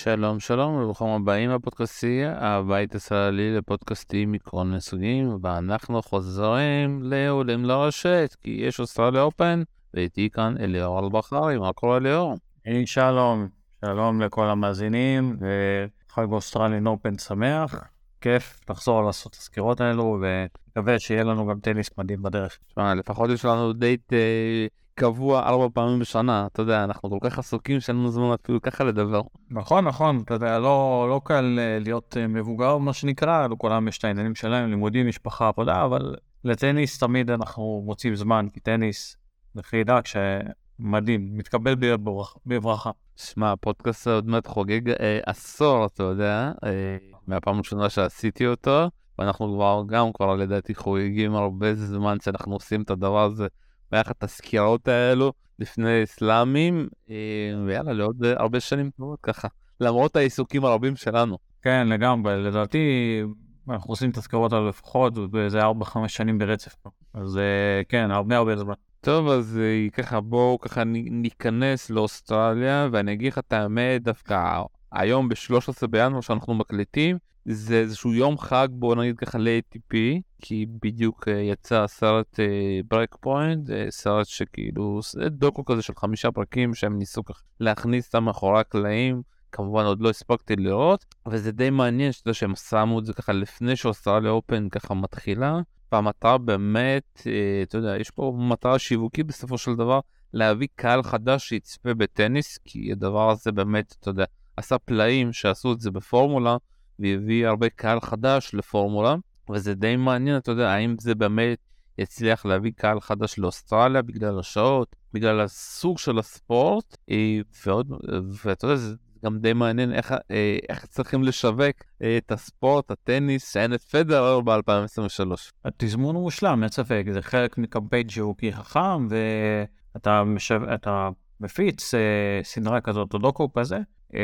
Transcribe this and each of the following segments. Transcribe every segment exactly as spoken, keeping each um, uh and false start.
שלום שלום וברוכים הבאים לפודקאסטייה, הבית הישראלי לפודקאסטים מכל מיני סוגים, ואנחנו חוזרים לעולים לרשת כי יש אוסטרליה אופן, ואיתי כאן אליאור אלבחרי. מה קורה אליאור? היי שלום, שלום לכל המאזינים וחג אוסטרליה אופן שמח, כיף לחזור לעשות את הסקירות האלו ומקווה שיהיה לנו גם טניס מדהים בדרך. תשמע, לפחות יש לנו דייט אה, קבוע ארבע פעמים בשנה, אתה יודע, אנחנו כל כך עסוקים שאין לנו זמן אפילו ככה לדבר. נכון, נכון, אתה יודע, לא, לא קל להיות מבוגר, מה שנקרא, לכולם יש את העניינים שלהם, לימודים, משפחה, עבודה, אבל לטניס תמיד אנחנו מוצאים זמן, כי טניס זה חידה כשמדהים, מתקבל בברכה. בברכה. שמע, הפודקאסט עוד מעט חוגג אה, עשור, אתה יודע, אה, מהפעם הראשונה שעשיתי אותו, ואנחנו כבר גם כבר לדעתי חוגגים הרבה זמן שאנחנו עושים את הדבר הזה, ביחד את הסקירות האלו לפני אסלאמים, ויאללה, לעוד הרבה שנים טובות ככה, למרות העיסוקים הרבים שלנו. כן, לגמרי, לדעתי אנחנו עושים את הסקירות האלו לפחות, וזה ארבע חמש שנים ברצף, אז כן, הרבה הרבה זמן. טוב, אז ככה בואו ככה ניכנס לאוסטרליה, ואני אגיד לך את האמת, דווקא היום ב-שלושה עשר בינואר שאנחנו מקליטים, זה איזשהו יום חג, בואו נגיד ככה ל-איי טי פי, כי בדיוק יצא סרט ברייק פוינט, סרט שכאילו, דוקו כזה של חמישה פרקים שהם ניסו ככה להכניס אותם מאחורי הקלעים, כמובן עוד לא הספקתי לראות, וזה די מעניין שאתה יודע שהם שמו את זה ככה לפני שאוסטרליה אופן ככה מתחילה, והמטרה באמת, אתה יודע, יש פה מטרה שיווקית בסופו של דבר, להביא קהל חדש שיצפה בטניס, כי הדבר הזה באמת, אתה יודע, עשה פלאים שעשו את זה בפורמולה, והביא הרבה קהל חדש לפורמולה, וזה די מעניין, אתה יודע, האם זה באמת יצליח להביא קהל חדש לאוסטרליה, בגלל השעות, בגלל הסוג של הספורט, ועוד, ואתה יודע, זה גם די מעניין איך, איך צריכים לשווק את הספורט, הטניס, שאין את פדרר ב-אלפיים עשרים ושלוש. התזמון הוא מושלם, אין ספק, זה חלק מקמפיין שיווקי חכם, ואתה משו... אתה מפיץ סדרה כזאת או דוקו כזה,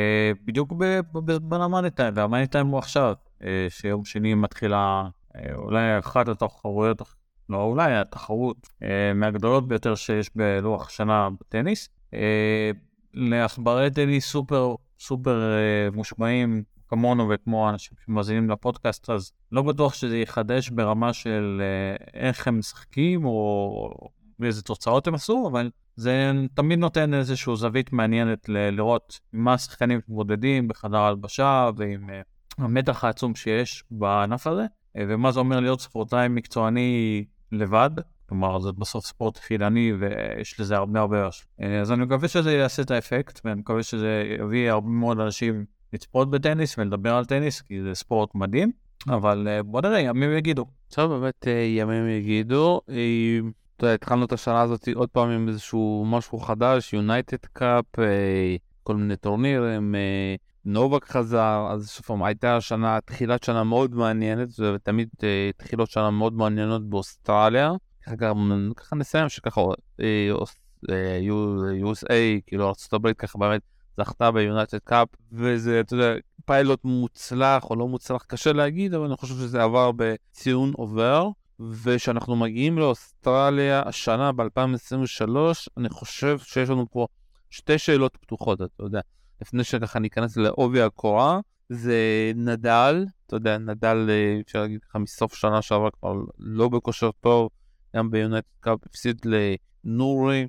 בדיוק בנמאני טיים, והמאני טיים הוא עכשיו, שיום שני מתחילה אולי אחת התחרויות, לא אולי התחרות מהגדולות ביותר שיש בלוח שנה בטניס, לעכברי טניס סופר סופר מושמעים כמונו וכמו אנשים שמאזינים לפודקאסט, אז לא בטוח שזה יחדש ברמה של איך הם משחקים או איזה תוצאות הם עשו, אבל זה תמיד נותן איזשהו זווית מעניינת ל- לראות מה השחקנים מתמודדים בחדר הלבשה ועם uh, המתח העצום שיש בענף הזה, uh, ומה זה אומר להיות ספורטאי מקצועני לבד, כלומר זה בסוף ספורט חילני ויש לזה הרבה הרבה ראש. Uh, אז אני מקווה שזה יעשה את האפקט, ואני מקווה שזה יביא הרבה מאוד אנשים לצפות בטניס ולדבר על טניס, כי זה ספורט מדהים, אבל uh, בוא נראה, ימים יגידו. טוב, באמת uh, ימים יגידו. Uh... התחלנו את השנה הזאת עוד פעם עם איזשהו משהו חדש, יונייטד קאפ, כל מיני טורנירים, נובק חזר, אז שפעם הייתה השנה, תחילת שנה מאוד מעניינת, ותמיד תחילות שנה מאוד מעניינות באוסטרליה, ככה גם, ככה נסיים שככה, יו אס איי, כאילו ארצות הברית ככה באמת זכתה ביונייטד קאפ, וזה, אתה יודע, פיילוט מוצלח או לא מוצלח, קשה להגיד, אבל אני חושב שזה עבר בציון עובר, ושאנחנו מגיעים לאוסטרליה השנה ב-אלפיים עשרים ושלוש, אני חושב שיש לנו פה שתי שאלות פתוחות, אתה יודע, לפני שככה ניכנס לעובי הקורה, זה נדל, אתה יודע, נדל, אפשר להגיד ככה, מסוף שנה שעבר כבר לא בכושר טוב, גם ביונייטד קאפ הפסיד לנורי,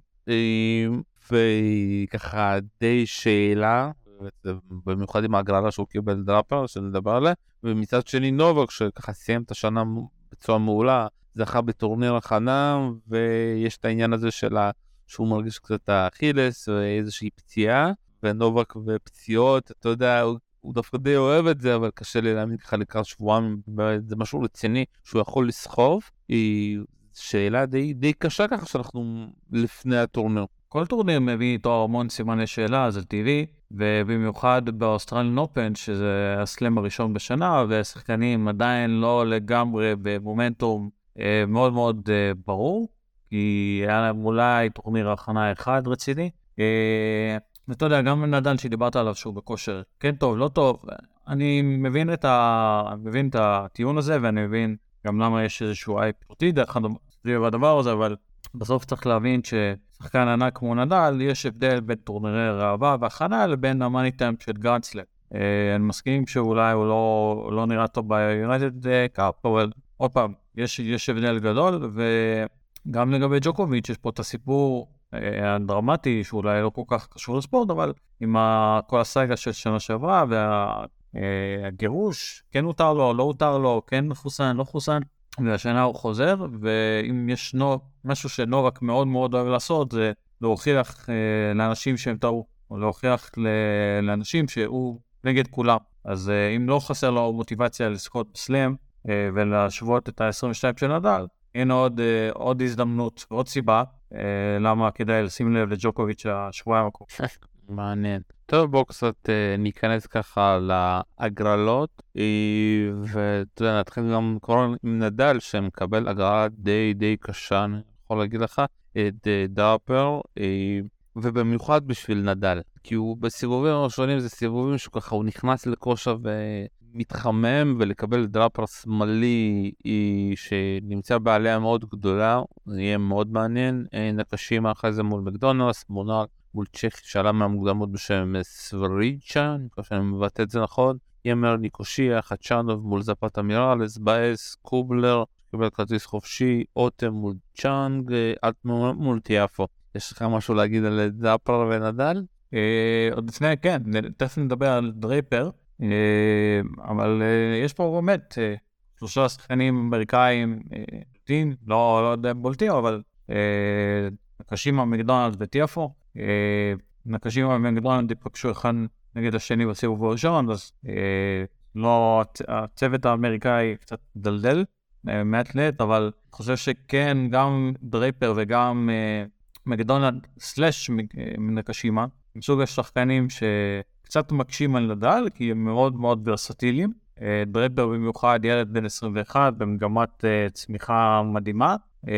וככה די שאלה, במיוחד עם ההגרלה שהוא קיבל דראפר, שנדבר עליה, ומצד שני נובק, שככה סיים את השנה בצורה מעולה, זכה בטורניר הכנה, ויש את העניין הזה שלה, שהוא מרגיש קצת האכילס, ואיזושהי פציעה, ונובק ופציעות, אתה יודע, הוא, הוא דווקא די אוהב את זה, אבל קשה לי להאמין ככה לקראת שבועיים, זה משהו רציני שהוא יכול לסחוב, היא שאלה די, די קשה ככה שאנחנו לפני הטורניר. כל טורניר מביא איתו המון סימני שאלה, זה טבעי, ובמיוחד באוסטרליאן אופן, שזה הסלם הראשון בשנה, והשחקנים עדיין לא לגמרי במומנטום אה, מאוד מאוד אה, ברור, כי היה להם אולי טורניר הכנה אחד רציני. אה, ואתה יודע, גם נדל שדיברת עליו שהוא בכושר, כן טוב, לא טוב, אני מבין את, ה... מבין את הטיעון הזה, ואני מבין גם למה יש איזשהו אייפ פרוטי דרך הדבר הזה, אבל בסוף צריך להבין ששחקן ענק כמו נדל, יש הבדל בין טורנירי ראווה והכנה לבין המאני טיים של גרנד סלאם. אני מסכים שאולי הוא לא, לא נראה טוב ביונייטד קאפ, אבל עוד פעם, יש, יש הבדל גדול, וגם לגבי ג'וקוביץ' יש פה את הסיפור הדרמטי, שאולי לא כל כך קשור לספורט, אבל עם כל הסייגה של שנה שעברה, והגירוש, כן הותר לו, לא הותר לו, כן מחוסן, לא חוסן, והשנה הוא חוזר, ואם יש נו, משהו שנובק מאוד מאוד אוהב לעשות, זה להוכיח לאנשים שהם טעו, או להוכיח לאנשים שהוא נגד כולם. אז אם לא חסר לו מוטיבציה לזכות בסלאם, ולהשוות את ה-עשרים ושתיים של נדל, הנה עוד, עוד הזדמנות, עוד סיבה, למה כדאי לשים לב לג'וקוביץ' השבועיים הקרובים. מעניין. טוב, בואו קצת ניכנס ככה להגרלות, ואתה יודע, נתחיל גם כבר עם נדל, שמקבל הגרלה די די קשה, אני יכול להגיד לך, את דאפר, ובמיוחד בשביל נדל, כי הוא בסיבובים הראשונים זה סיבובים שככה הוא נכנס לכושר ומתחמם, ולקבל דראפר שמאלי שנמצא בעלייה מאוד גדולה, זה יהיה מאוד מעניין. נקשים אחרי זה מול מקדונלדס, מונר מול צ'כי שעלה מהמוקדמות בשם סבריצ'ה, אני חושב שאני מבטא את זה נכון, ימר ניקושיה, חדשנוב מול זפת אמירלס, באס, קובלר, קיבל כרטיס חופשי, אוטם מול צ'אנג, אלטמן מול טיאפו. יש לך משהו להגיד על דאפר ונדל? עוד לפני, כן, תכף נדבר על דרייפר, אבל יש פה באמת שלושה שחקנים אמריקאים, לא יודע בולטים, אבל נקשים המקדונלד וטיאפו, נקשים המקדונלד ייפגשו אחד נגד השני בסיבוב הראשון, אז לא, הצוות האמריקאי קצת דלדל, מעט לט, אבל אני חושב שכן, גם דרייפר וגם מקדונלד סלש מנקשימה, הם סוג השחקנים שקצת מקשים על נדל, כי הם מאוד מאוד ורסטיליים. דרייפר במיוחד ילד בן עשרים ואחת, במגמת צמיחה מדהימה.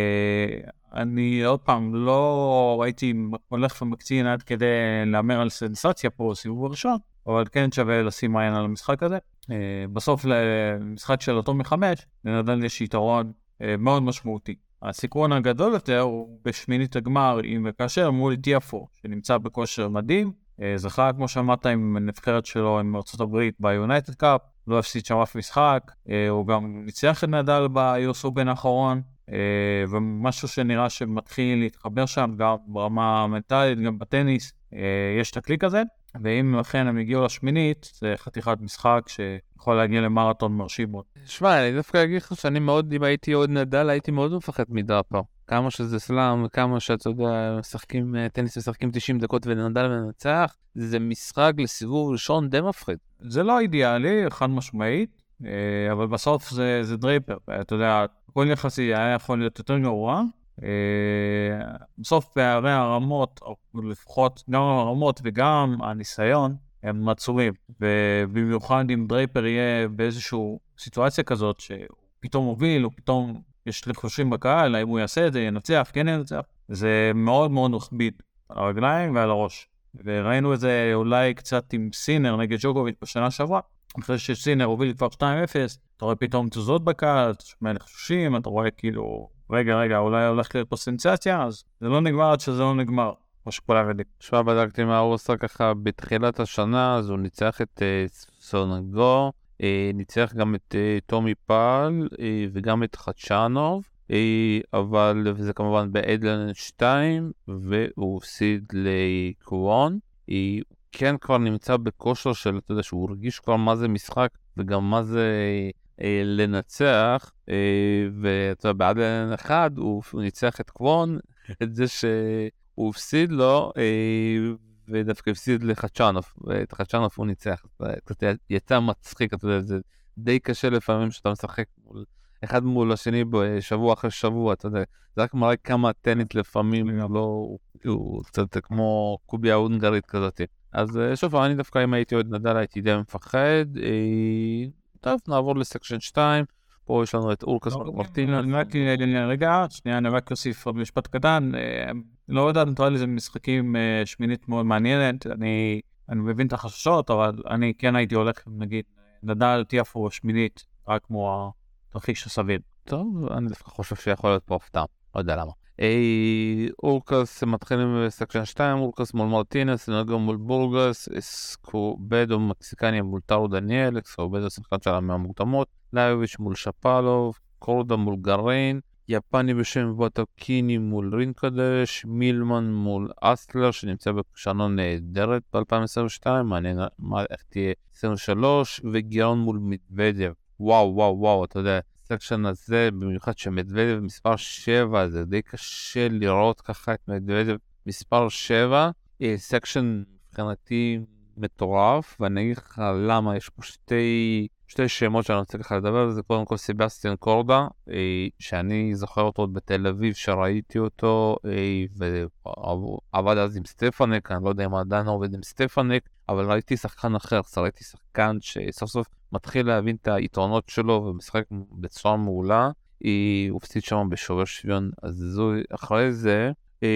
אני עוד פעם לא הייתי הולך ומקצין עד כדי לאמר על סנסציה פה סיבוב הראשון, אבל כן שווה לשים עין על המשחק הזה. בסוף למשחק של אותו מחמש, לנדל יש יתרון מאוד משמעותי. הסיכון הגדול יותר הוא בשמינית הגמר עם כאשר מול טיאפו, שנמצא בכושר מדהים, זכה כמו שאמרת עם הנבחרת שלו עם ארצות הברית ביונייטד קאפ, לא הפסיד שם אף משחק, הוא גם ניצח את נדל ביוס אופן האחרון, ומשהו שנראה שמתחיל להתחבר שם גם ברמה המנטלית, גם בטניס, יש את הקליק הזה, ואם אכן הם הגיעו לשמינית, זה חתיכת משחק שיכול להגיע למרתון מרשים מאוד. שמע, אני דווקא אגיד לך שאני מאוד, אם הייתי עוד נדל, הייתי מאוד מפחד מדאפר. כמה שזה סלאם, וכמה שאתה יודע, משחקים, טניס משחקים תשעים דקות ונדל מנצח, זה משחק לסיבוב ראשון די מפחיד. זה לא אידיאלי, חד משמעית, אבל בסוף זה, זה דרייפר. אתה יודע, כל יחסי היה יכול להיות יותר גרוע, בסוף פערי הרמות, או לפחות גם הרמות וגם הניסיון, הם עצומים, ובמיוחד אם דרייפר יהיה באיזושהי סיטואציה כזאת, שפתאום מוביל, או פתאום יש לחושים בקהל, האם הוא יעשה את זה, ינצח, כן ינצח, זה מאוד מאוד מכביד על הרגליים ועל הראש, וראינו את זה אולי קצת עם סינר נגד ג'וקוביץ' בשנה שעברה, אחרי שסינר הוביל כבר שתיים אפס, אתה רואה פתאום תזוזות בקהל, אתה שומע לחשושים, אתה רואה כאילו, רגע, רגע, אולי הולך להיות פה סנסציה, אז זה לא נגמר עד שזה לא נגמר, כמו שכולם יודעים. שמה בדקתי מה הוא עושה ככה בתחילת השנה, אז הוא ניצח את uh, סונגו, uh, ניצח גם את uh, טומי פל, uh, וגם את חדשנוב, uh, אבל זה כמובן באדלן שתיים, והוא הפסיד לקוואן, uh, כן כבר נמצא בכושר של, אתה יודע, שהוא הרגיש כבר מה זה משחק, וגם מה זה אה, לנצח, אה, ואתה יודע, בעד אחד הוא, הוא ניצח את קוואן, את זה שהוא הפסיד לו, אה, ודווקא הפסיד לחדשנוב, ואת חדשנוב הוא ניצח, קצת יצא מצחיק, אתה יודע, זה די קשה לפעמים שאתה משחק מול, אחד מול השני בשבוע אחרי שבוע, אתה יודע, זה רק מראה כמה טנית לפעמים, לא, הוא קצת כמו קוביה הונגרית כזאת. אז שוב, אני דווקא אם הייתי עוד נדל הייתי די מפחד. טוב, נעבור לסקשן שתיים, פה יש לנו את אורקס מרטינס. רגע, שנייה, אני רק אוסיף עוד משפט קטן, לא יודע, נתראה לי זה משחקים שמינית מאוד מעניינת, אני מבין את החששות, אבל אני כן הייתי הולך, נגיד, נדל טיאפו שמינית, רק כמו התרחיש הסביר. טוב, אני דווקא חושב שיכול להיות פה הפתעה, לא יודע למה. אורקס מתחילים בסקשן שתיים, אורקס מול מרטינס, נגו מול בורגס, אסקובדו מקסיקניה מול טארו דניאל, אסקובדו שחקן שלה מהמוקדמות, לאיוביץ' מול שפלוב, קורדה מול גרין, יפני בשם וטוקיני מול רינקדש, מילמן מול אסטלר שנמצא בשנה נהדרת ב-אלפיים עשרים ושתיים, מעניין מה, איך תהיה עשרים ושלוש, וגירון מול מדוודב. וואו וואו וואו, אתה יודע, הסקשן הזה, במיוחד שמדוודב מספר שבע, זה די קשה לראות ככה את מדוודב מספר שבע, סקשן מבחינתי מטורף, ואני אגיד לך למה, יש פה שתי... שתי שמות שאני רוצה ככה לדבר, זה קודם כל סבסטיאן קורדה, שאני זוכר אותו עוד בתל אביב, שראיתי אותו, ועבד אז עם סטפנק, אני לא יודע אם עדיין עובד עם סטפנק, אבל ראיתי שחקן אחר, ראיתי שחקן שסוף סוף מתחיל להבין את היתרונות שלו, ומשחק בצורה מעולה, הוא הפסיד שם בשובר שוויון, אז זו, אחרי זה,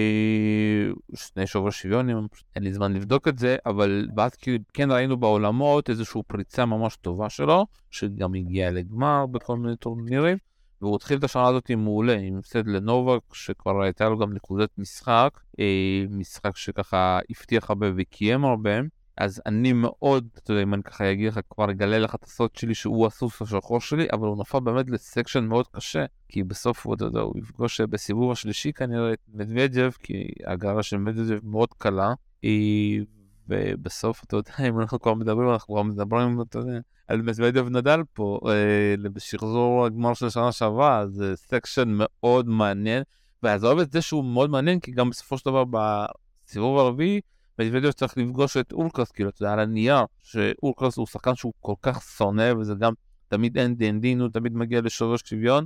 שני שובר שוויונים, אין לי זמן לבדוק את זה, אבל ואז כן ראינו בעולמות איזושהי פריצה ממש טובה שלו, שגם הגיעה לגמר בכל מיני טורנירים, והוא התחיל את השנה הזאת מעולה, עם הפסד לנובק, שכבר הייתה לו גם נקודת משחק, משחק שככה הבטיח הרבה וקיים הרבה, אז אני מאוד, אתה יודע, אם אני ככה אגיד לך, כבר אגלה לך את הסוד שלי שהוא הסוס השחור שלי, אבל הוא נפל באמת לסקשן מאוד קשה, כי בסוף הוא, אתה יודע, הוא יפגוש בסיבוב השלישי כנראה את מדוודב, כי הגרלה של מדוודב מאוד קלה, ובסוף, אתה יודע, אם אנחנו כבר מדברים, אנחנו כבר מדברים, אתה יודע, על מדוודב נדל פה, בשחזור הגמר של השנה שעברה, זה סקשן מאוד מעניין, ועזוב את זה שהוא מאוד מעניין, כי גם בסופו של דבר בסיבוב הרביעי, מדוודב צריך לפגוש את אורקס, כאילו, אתה יודע, על הנייר, שאורקס הוא שחקן שהוא כל כך שונא, וזה גם תמיד אין דין דין, הוא תמיד מגיע לשובר שוויון.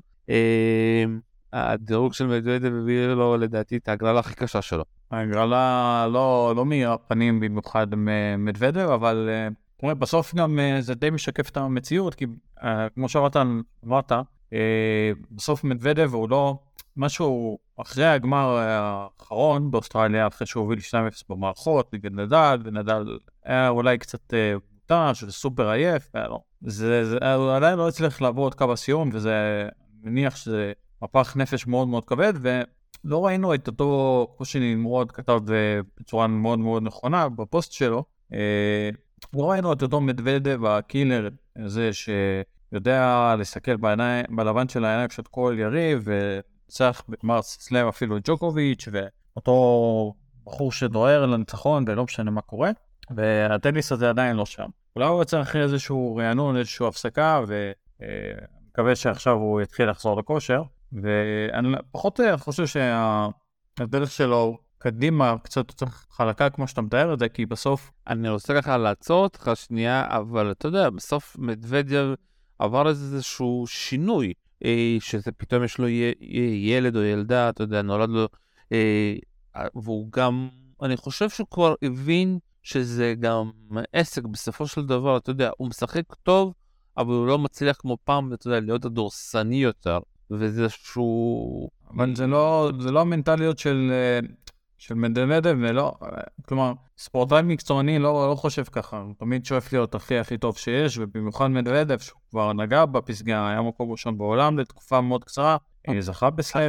הדירוג של מדוודב הביא לו, לדעתי, את ההגרלה הכי קשה שלו. ההגרלה לא, לא מהפנים במיוחד מדוודב, אבל בסוף גם זה די משקף את המציאות, כי כמו שאמרת, אמרת, בסוף מדוודב הוא לא... משהו אחרי הגמר האחרון באוסטרליה, אחרי שהוא הוביל שתיים אפס במערכות, נגד נדל, ונדל היה אולי קצת מותש, שזה סופר עייף, זה, זה, הוא עדיין לא הצליח לעבור את קו הסיום, וזה מניח שזה מפח נפש מאוד מאוד כבד, ולא ראינו את אותו, כמו שנמרוד כתב בצורה מאוד מאוד נכונה בפוסט שלו, לא ראינו את אותו מדוודב הקילר הזה שיודע לסתכל בעיניים, בלבן של העיניים של כל יריב, ו... צריך במרס סלאם אפילו ג'וקוביץ' ואותו בחור שדוהר לניצחון ולא משנה מה קורה, והטניס הזה עדיין לא שם. אולי הוא יצא אחרי איזשהו רענון, איזשהו הפסקה, ומקווה שעכשיו הוא יתחיל לחזור לכושר, ואני פחות חושב שהדרך שלו קדימה קצת יותר חלקה כמו שאתה מתאר את זה, כי בסוף... אני רוצה ככה לעצור אותך שנייה, אבל אתה יודע, בסוף מדוודב עבר איזשהו שינוי, שזה פתאום יש לו ילד או ילדה, אתה יודע, נולד לו, והוא גם, אני חושב שהוא כבר הבין שזה גם עסק בסופו של דבר, אתה יודע, הוא משחק טוב, אבל הוא לא מצליח כמו פעם, אתה יודע, להיות הדורסני יותר, וזה שהוא... אבל זה לא, זה לא המנטליות של, של מדוודב, ולא, כלומר, ספורטאי מקצועני לא, לא חושב ככה, הוא תמיד שואף להיות הכי הכי טוב שיש, ובמיוחד מדוודב, שהוא כבר נגע בפסגה, היה מקום ראשון בעולם לתקופה מאוד קצרה, זכה בסלאם,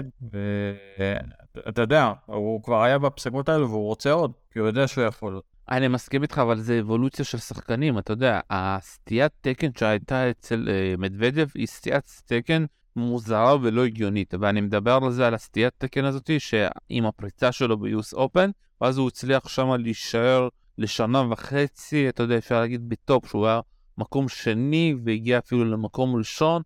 ואתה יודע, הוא כבר היה בפסגות האלו, והוא רוצה עוד, כי הוא יודע שהוא יכול עוד. אני מסכים איתך, אבל זה אבולוציה של שחקנים, אתה יודע, הסטיית תקן שהייתה אצל מדוודב, היא סטיית תקן מוזרה ולא הגיונית, ואני מדבר על זה, על הסטיית תקן הזאת, שעם הפריצה שלו ביוס אופן, ואז הוא הצליח שם להישאר לשנה וחצי, אתה יודע, אפשר להגיד בטופ, שהוא היה מקום שני, והגיע אפילו למקום ראשון,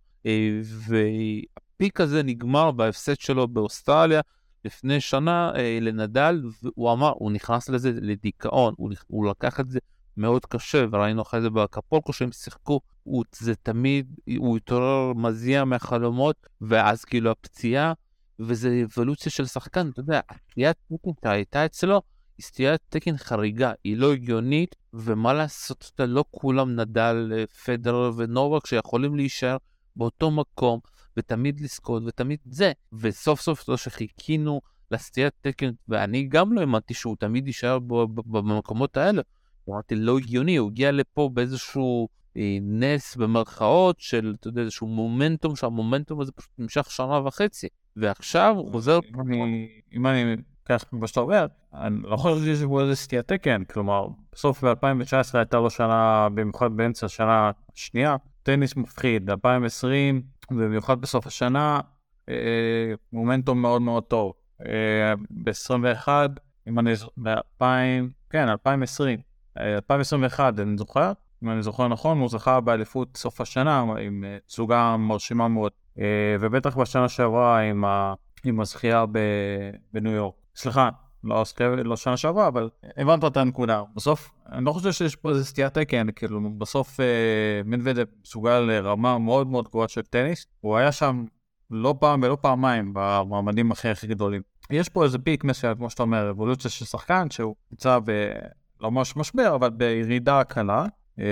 והפיק הזה נגמר בהפסד שלו באוסטרליה, לפני שנה לנדל, והוא אמר, הוא נכנס לזה לדיכאון, הוא, הוא לקח את זה מאוד קשה, וראינו אחרי זה בקפולקו שהם שיחקו, הוא, זה תמיד, הוא התעורר מזיע מהחלומות, ואז כאילו הפציעה, וזה אבולוציה של שחקן, אתה יודע, הסטיית תקן שהייתה אצלו, היא סטיית תקן חריגה, היא לא הגיונית, ומה לעשות, אתה לא כולם נדל, פדרר ונובק, שיכולים להישאר באותו מקום, ותמיד לזכות, ותמיד זה, וסוף סוף לא שחיכינו לסטיית תקן, ואני גם לא אמרתי שהוא תמיד יישאר במקומות האלה, אמרתי לא הגיוני, הוא הגיע לפה באיזשהו אה, נס במרכאות של, אתה יודע, איזשהו מומנטום, שהמומנטום הזה פשוט נמשך שנה וחצי, ועכשיו הוא חוזר... אם אני אקח מה שאתה אומר, אני לא חושב שיש בו איזה סטיית תקן, כלומר, בסוף ב-אלפיים תשע עשרה הייתה לו שנה, במיוחד באמצע השנה השנייה, טניס מפחיד, אלפיים ועשרים, ובמיוחד בסוף השנה, אה, מומנטום מאוד מאוד טוב. אה, ב-עשרים ואחת, אם אני זוכר, ב-אלפיים, כן, אלפיים ועשרים, אה, אלפיים עשרים ואחת, אני זוכר, אם אני זוכר נכון, הוא זכה באליפות סוף השנה, עם אה, תצוגה מרשימה מאוד, אה, ובטח בשנה שעברה עם ה... עם הזכייה בניו יורק. סליחה, לא, לא שנה שעברה, אבל הבנת את הנקודה. בסוף, אני לא חושב שיש פה איזה סטיית תקן, כאילו, בסוף אה, מדוודב מסוגל לרמה מאוד מאוד גבוהה של טניס, הוא היה שם לא פעם ולא פעמיים במעמדים הכי הכי גדולים. יש פה איזה פיק מסוים, כמו שאתה אומר, אבולוציה של שחקן, שהוא נמצא ב... לא ממש משבר, אבל בירידה קלה, אה,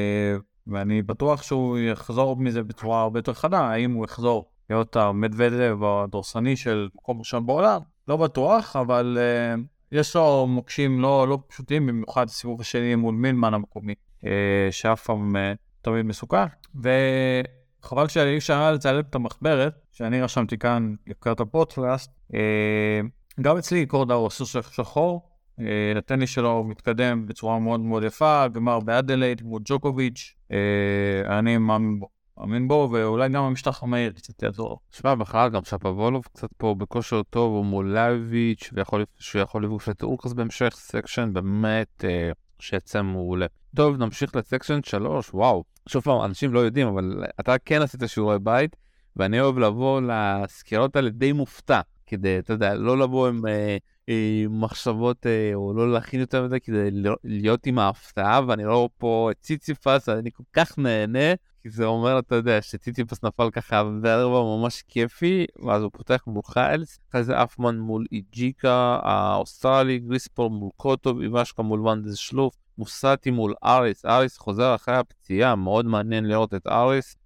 ואני בטוח שהוא יחזור מזה בצורה הרבה יותר חדה, האם הוא יחזור להיות המדוודב הדורסני של מקום ראשון בעולם, לא בטוח, אבל uh, יש לו מוקשים לא, לא פשוטים, במיוחד סיבוב השני מול מילמן המקומי, uh, שאף פעם uh, תמיד מסוכן, וחבל שאי אפשר לצלם את המחברת, שאני רשמתי כאן לקראת הפודקאסט, uh, גם אצלי קורדה הוא סוס שחור, uh, הטניס שלו מתקדם בצורה מאוד מאוד יפה, גמר באדלייד מול ג'וקוביץ', uh, אני מאמין בו. מאמין בו, ואולי גם המשטח המהיר קצת יעזור. שמע, בכלל גם שפוולוב קצת פה בכושר טוב, הוא מול לייביץ' שהוא יכול לבוש את אורקס בהמשך, סקשן באמת אה, שיצא מעולה. טוב, נמשיך לסקשן שלוש, וואו. שוב פעם, אנשים לא יודעים, אבל אתה כן עשית שיעורי בית, ואני אוהב לבוא לסקירות האלה די מופתע, כדי, אתה יודע, לא לבוא עם אה, אה, מחשבות, אה, או לא להכין יותר מזה, כדי להיות עם ההפתעה, ואני לא רואה פה את ציציפס, אני כל כך נהנה, כי זה אומר, אתה יודע, שציציפס נפל ככה בערב ממש כיפי, ואז הוא פותח מול חיילס, אחרי זה אפמן מול איג'יקה, האוסטרלי, גריספור מול קוטוב, איבשקה מול ונדז שלוף, מוסטי מול אריס, אריס חוזר אחרי הפציעה, מאוד מעניין לראות את אריס,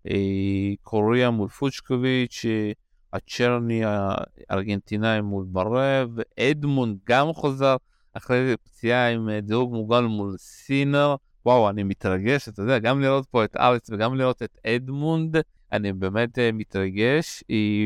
קוריה מול פוצ'קוביץ', הצ'רני הארגנטינאי מול ברב, אדמונד גם חוזר אחרי פציעה עם דירוג מוגן מול סינר, וואו, אני מתרגש, אתה יודע, גם לראות פה את אריס וגם לראות את אדמונד, אני באמת uh, מתרגש,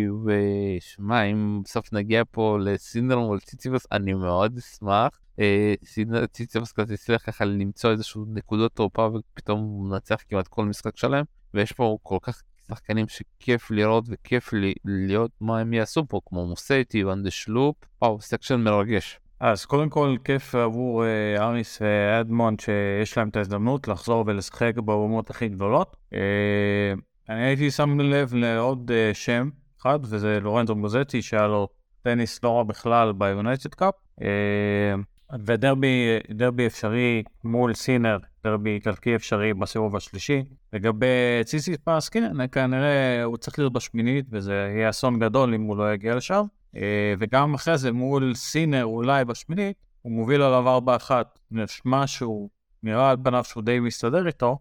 ושמע, אם בסוף נגיע פה לסינר מול ציציפס, אני מאוד אשמח. Uh, ציציפס כזה הצליח ככה למצוא איזשהו נקודות תורפה, ופתאום הוא מנצח כמעט כל משחק שלהם, ויש פה כל כך שחקנים שכיף לראות וכיף לי, להיות מה הם יעשו פה, כמו מוסטי, ונדז שלוף, וואו, סקשן מרגש. אז קודם כל כיף עבור uh, אריס ואדמונד שיש להם את ההזדמנות לחזור ולשחק באומות הכי גדולות. Uh, אני הייתי שם לב לעוד uh, שם אחד, וזה לורנזו מוזטי, שהיה לו טניס לא רע בכלל ביונייטד קאפ. Uh, ודרבי דרבי אפשרי מול סינר, דרבי איטלקי אפשרי בסיבוב השלישי. לגבי ציציפס, כן, כנראה הוא צריך להיות בשמינית, וזה יהיה אסון גדול אם הוא לא יגיע לשם. וגם אחרי זה מול סינר אולי בשמינית, הוא מוביל עליו ארבע אחת, נשמע שהוא נראה על פניו שהוא די מסתדר איתו,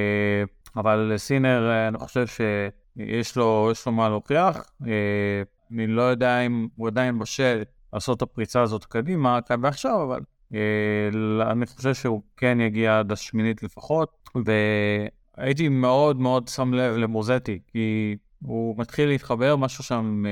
אבל סינר אני חושב שיש לו, יש לו מה להוכיח, אני לא יודע אם הוא עדיין בשל לעשות את הפריצה הזאת קדימה, כאן ועכשיו, אבל אני חושב שהוא כן יגיע עד השמינית לפחות, והייתי מאוד מאוד שם לב למוזטי, כי הוא מתחיל להתחבר משהו שם,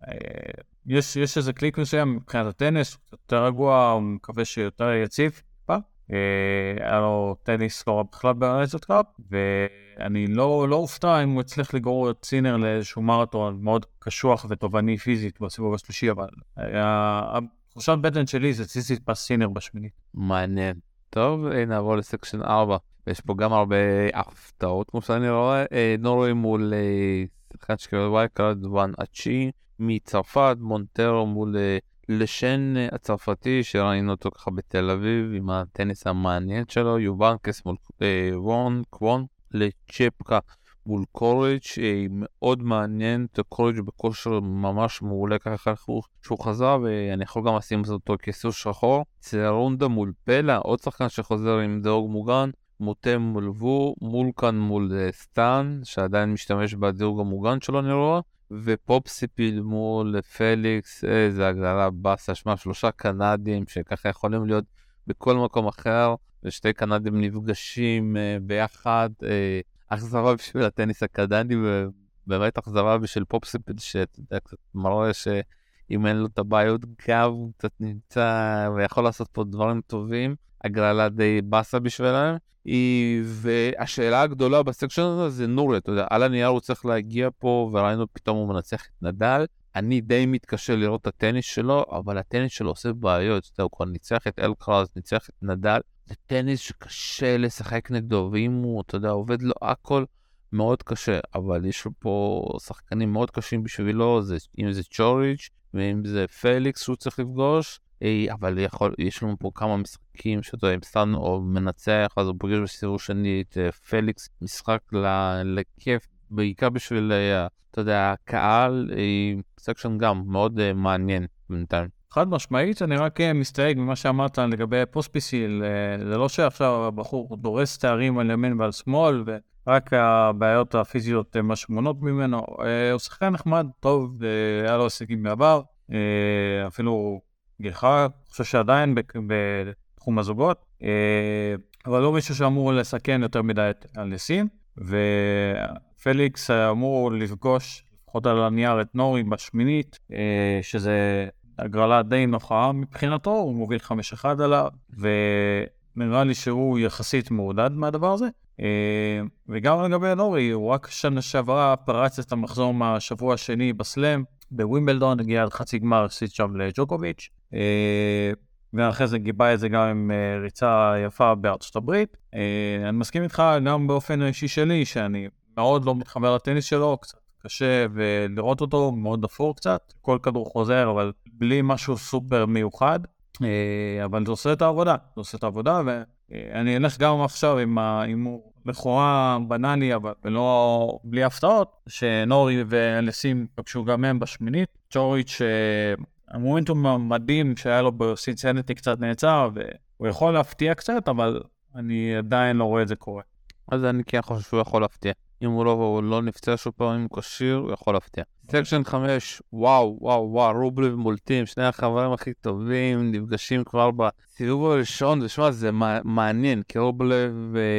יש, יש איזה קליק מסוים מבחינת הטניס, יותר רגוע, הוא מקווה שיותר יציב, היה לו טניס לא רע בכלל ביונייטד קאפ, ואני לא, לא אופתע אם הוא הצליח לגרור את סינר לאיזשהו מרתון מאוד קשוח ותובעני פיזית בסיבוב השלישי, אבל התחושת בטן שלי זה ציציפס סינר בשמינית. מעניין. טוב, נעבור לסקשן ארבע, ויש פה גם הרבה הפתעות, כמו שאני רואה, נורווי מול שחקן שקוראים וואי, קרד וואן אצ'י, מצרפת, מונטרו מול לשן הצרפתי, שראינו אותו ככה בתל אביב, עם הטניס המעניין שלו, יובנקס מול וון, קוון, לצ'פקה מול קוריץ', מאוד מעניין, קוריץ' בכושר ממש מעולה ככה שהוא חזר, ואני יכול גם לשים אותו כסוס שחור, צרונדה מול פלה, עוד שחקן שחוזר עם דירוג מוגן, מוטה מול וו, מולקן מול סטן, שעדיין משתמש בדירוג המוגן שלו נראה, ופופסיפיל מול פליקס, איזה הגדרה בסה, שמה שלושה קנדים שככה יכולים להיות בכל מקום אחר, ושתי קנדים נפגשים ביחד, אכזרה בשביל הטניס הקנדי, באמת אכזבה בשביל פופסיפל, שאתה יודע, קצת מראה שאם אין לו את הבעיות גב, הוא קצת נמצא ויכול לעשות פה דברים טובים, הגרלה די בסה בשבילם. והשאלה הגדולה בסקשן הזה זה נורי, אתה יודע, על הנייר הוא צריך להגיע פה, וראינו פתאום הוא מנצח את נדל. אני די מתקשה לראות את הטניס שלו, אבל הטניס שלו עושה בעיות, אתה יודע, הוא כבר ניצח את אלקרז, ניצח את נדל, זה טניס שקשה לשחק נגדו, ואם הוא, אתה יודע, עובד לו הכל מאוד קשה, אבל יש לו פה שחקנים מאוד קשים בשבילו, זה, אם זה צ'וריץ' ואם זה פליקס שהוא צריך לפגוש, אבל יכול, יש לנו פה כמה משחקים שאתה יודע, אם סטן או מנצח, אז הוא פוגש בסיבוב שני את פליקס, משחק לכיף, בעיקר בשביל, אתה יודע, הקהל, סקשן גם מאוד מעניין בינתיים. חד משמעית, אני רק מסתייג ממה שאמרת לגבי פוספיסיל, זה לא שעכשיו הבחור דורס תארים על ימין ועל שמאל, ורק הבעיות הפיזיות משמעונות ממנו, הוא שחקן נחמד, טוב, היה לו הישגים בעבר, אפילו גיחה, אני חושב שעדיין בתחום הזוגות, אבל לא מישהו שאמור לסכן יותר מדי את הלסין, ופליקס אמור לפגוש, לפחות על הנייר את נורי בשמינית, שזה הגרלה די נוחה מבחינתו, הוא מוביל חמש אחד עליו, ונראה לי שהוא יחסית מעודד מהדבר הזה. וגם לגבי נורי, הוא רק שנה שעברה פרץ את המחזור מהשבוע השני בסלאם, בווימבלדון, הגיע עד חצי גמר, הפסיד שם לג'וקוביץ', ואחרי זה גיבה את זה גם עם ריצה יפה בארצות הברית. אני מסכים איתך גם באופן האישי שלי, שאני מאוד לא מתחבר לטניס שלו, קצת קשה ולראות אותו, מאוד אפור קצת, כל כדור חוזר, אבל בלי משהו סופר מיוחד, אבל זה עושה את העבודה, זה עושה את העבודה, ואני אלך גם עכשיו עם ההימור לכאורה בנאלי, אבל לא בלי הפתעות, שנורי ולסים פגשו גם הם בשמינית, צ'וריץ' המומנטום מדהים שהיה לו בסינסנטי קצת נעצר, והוא יכול להפתיע קצת, אבל אני עדיין לא רואה את זה קורה. אז אני כן חושב שהוא יכול להפתיע. אם הוא לא, הוא לא נפצע שוב פעם עם קשיר, הוא יכול להפתיע. סקשן חמש, וואו, וואו, וואו, רובלב מולטים, שני החברים הכי טובים, נפגשים כבר בסיבוב הראשון, ושמע, זה מעניין, כי רובלב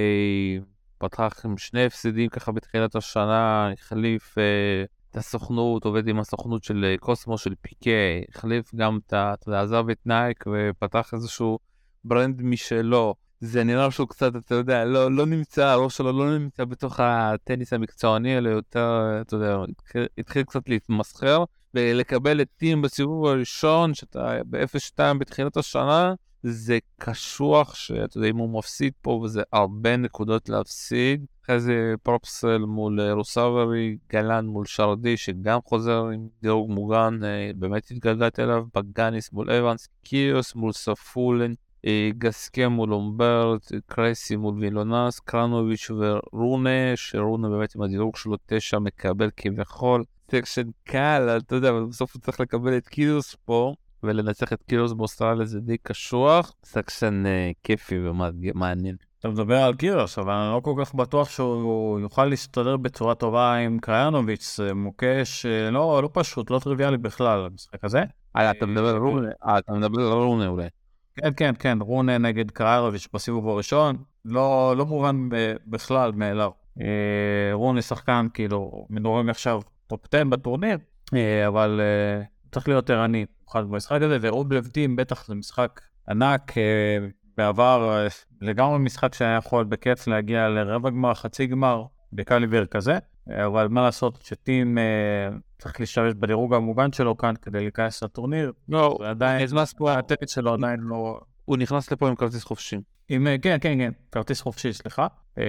פתח עם שני הפסדים ככה בתחילת השנה, החליף את הסוכנות, עובד עם הסוכנות של קוסמו, של פיקה, החליף גם את, אתה יודע, עזב את נייק, ופתח איזשהו ברנד משלו. זה נראה שהוא קצת, אתה יודע, לא, לא נמצא, הראש שלו לא נמצא בתוך הטניס המקצועני, אלא יותר, אתה יודע, התחיל, התחיל קצת להתמסחר, ולקבל את טים בסיבוב הראשון, שאתה ב-אפס שתיים בתחילת השנה, זה קשוח, שאתה יודע, אם הוא מפסיד פה, וזה הרבה נקודות להפסיד. אחרי זה פרופסל מול רוסאברי, גלן מול שרדי, שגם חוזר עם דירוג מוגן, באמת התגלגלת אליו, בגניס מול אבנס, קיוס מול ספולן, גסקה מול לומברט, קרייסי מול וילונס, קרנוביץ' ורונה, שרונה באמת עם הדירוג שלו תשע מקבל כביכול. סקשן קל, אתה יודע, אבל בסוף הוא צריך לקבל את קיוס פה, ולנצח את קיוס באוסטרליה זה די קשוח. סקשן uh, כיפי ומעניין. אתה מדבר על קיוס, אבל אני לא כל כך בטוח שהוא יוכל להסתדר בצורה טובה עם קריאנוביץ', מוקש, לא, לא פשוט, לא טריוויאלי בכלל, המשחק הזה. אה, אתה מדבר על רונה, אה, אתה מדבר על רונה אולי. כן, כן, כן, רונה נגד קריאנוביץ' בסיבוב הראשון, לא, לא מובן בכלל מאליו. רונה שחקן, כאילו, מדורם עכשיו טופ עשר בטורניר, אבל צריך להיות ערני, במיוחד במשחק הזה, ורובלב טים, בטח זה משחק ענק, בעבר לגמרי משחק שהיה יכול בכיף להגיע לרבע גמר, חצי גמר, בקליבר כזה, אבל מה לעשות שטים צריך להשתמש בדירוג המוגן שלו כאן כדי להיכנס לטורניר. לא, עדיין, הטקט שלו עדיין לא... הוא נכנס לפה עם כרטיס חופשי. עם, כן, כן, כן, כרטיס חופשי, סליחה.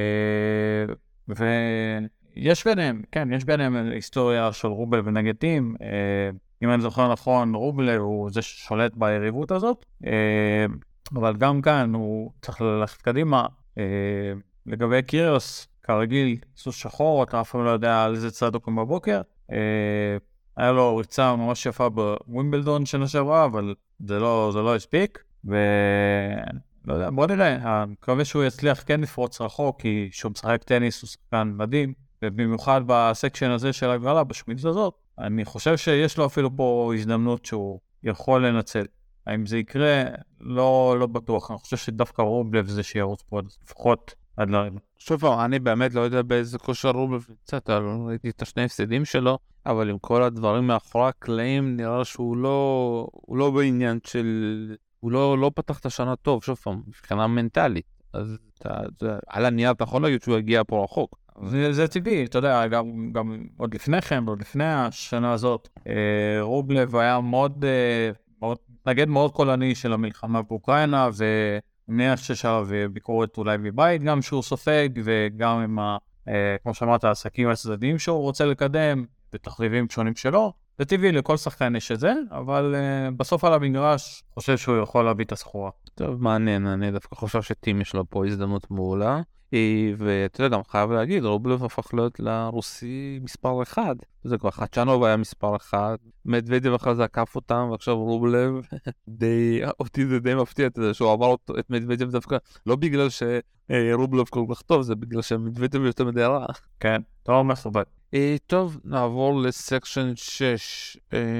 ויש ביניהם, כן, יש ביניהם היסטוריה של רובל ונגד טים. אם אני זוכר נכון, רובל הוא זה ששולט ביריבות הזאת. אבל גם כאן הוא צריך ללכת קדימה. לגבי קיריוס, כרגיל, סוס שחור, אתה אף פעם לא יודע על איזה צד הוא קם בבוקר. היה לו ריצה ממש יפה בווימבלדון שנה שעברה, אבל זה לא, זה לא הספיק. ולא יודע, בוא נראה, אני מקווה שהוא יצליח כן לפרוץ רחוק, כי שהוא משחק טניס הוא שחקן מדהים, ובמיוחד בסקשן הזה של הגרלה, בשמינית הזאת, אני חושב שיש לו אפילו פה הזדמנות שהוא יכול לנצל. האם זה יקרה? לא, לא בטוח. אני חושב שדווקא רובלב זה שירוץ פה, לפחות עד לרגע. שוב, אני באמת לא יודע באיזה כושר רובלב נמצא, ראיתי את השני הפסדים שלו, אבל עם כל הדברים מאחורי הקלעים נראה שהוא לא, הוא לא בעניין של, הוא לא, לא פתח את השנה טוב, שוב פעם, מבחינה מנטלית. אז אתה, זה, על הנייר אתה יכול להגיד שהוא הגיע פה רחוק. זה, זה טבעי, אתה יודע, גם, גם עוד לפני כן, עוד לפני השנה הזאת, אה, רובלב היה מאוד, אה, מאוד, נגד מאוד קולני של המלחמה באוקראינה, ומניח שיש עליו ביקורת אולי מבית, גם שהוא סופג, וגם עם, ה, אה, כמו שאמרת, העסקים הצדדיים שהוא רוצה לקדם, ותחריבים שונים שלו. זה טבעי, לכל שחקן יש את זה, אבל uh, בסוף על המגרש חושב שהוא יכול להביא את הסחורה. טוב, מעניין, אני דווקא חושב שטים יש לו פה הזדמנות מעולה, ואתה יודע, גם חייב להגיד, רובלב הפך להיות לרוסי מספר אחד, זה כבר חדשנוב היה מספר אחד, מדוודב אחרי זה עקף אותם, ועכשיו רובלב, די, אותי זה די מפתיע, אתה יודע, שהוא עבר את מדוודב דווקא, לא בגלל שרובלב כל כך טוב, זה בגלל שמדוודב יותר מדי רע. כן, טוב מסובב. טוב, נעבור לסקשן שש.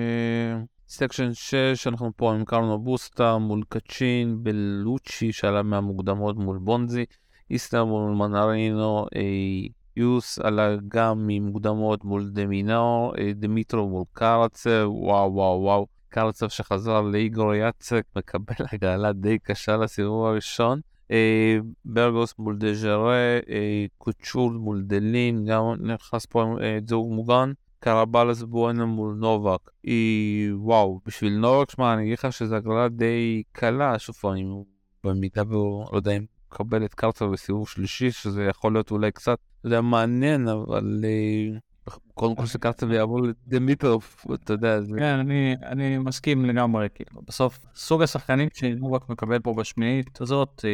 סקשן שש, אנחנו פה עם קרנו בוסטה מול קצ'ין, בלוצ'י שעלה מהמוקדמות מול בונזי, איסטר מול מנרינו, יוס עלה גם ממוקדמות מול דמינור, דמיטרו מול קרצב, וואו וואו וואו, קרצב שחזר לאיגור יצק, מקבל הגרלה די קשה לסיבוב הראשון. ברגוס מול דז'רה, קוצ'ול מול דלין, גם נכנס פה זוג מוגן, קרבלס בואנה מול נובק. וואו, בשביל נובק, שמה, אני אגיד לך שזו הגרלה די קלה, שוב פעם, במידה והוא, לא יודע אם קבל את קרצב בסיבוב שלישי, שזה יכול להיות אולי קצת, לא יודע, מעניין, אבל קודם כל שקרצב יעבור לדמיטרוב, אתה יודע. כן, אני מסכים לגמרי, כאילו, בסוף, סוג השחקנים שנובק מקבל פה בשמינית הזאת,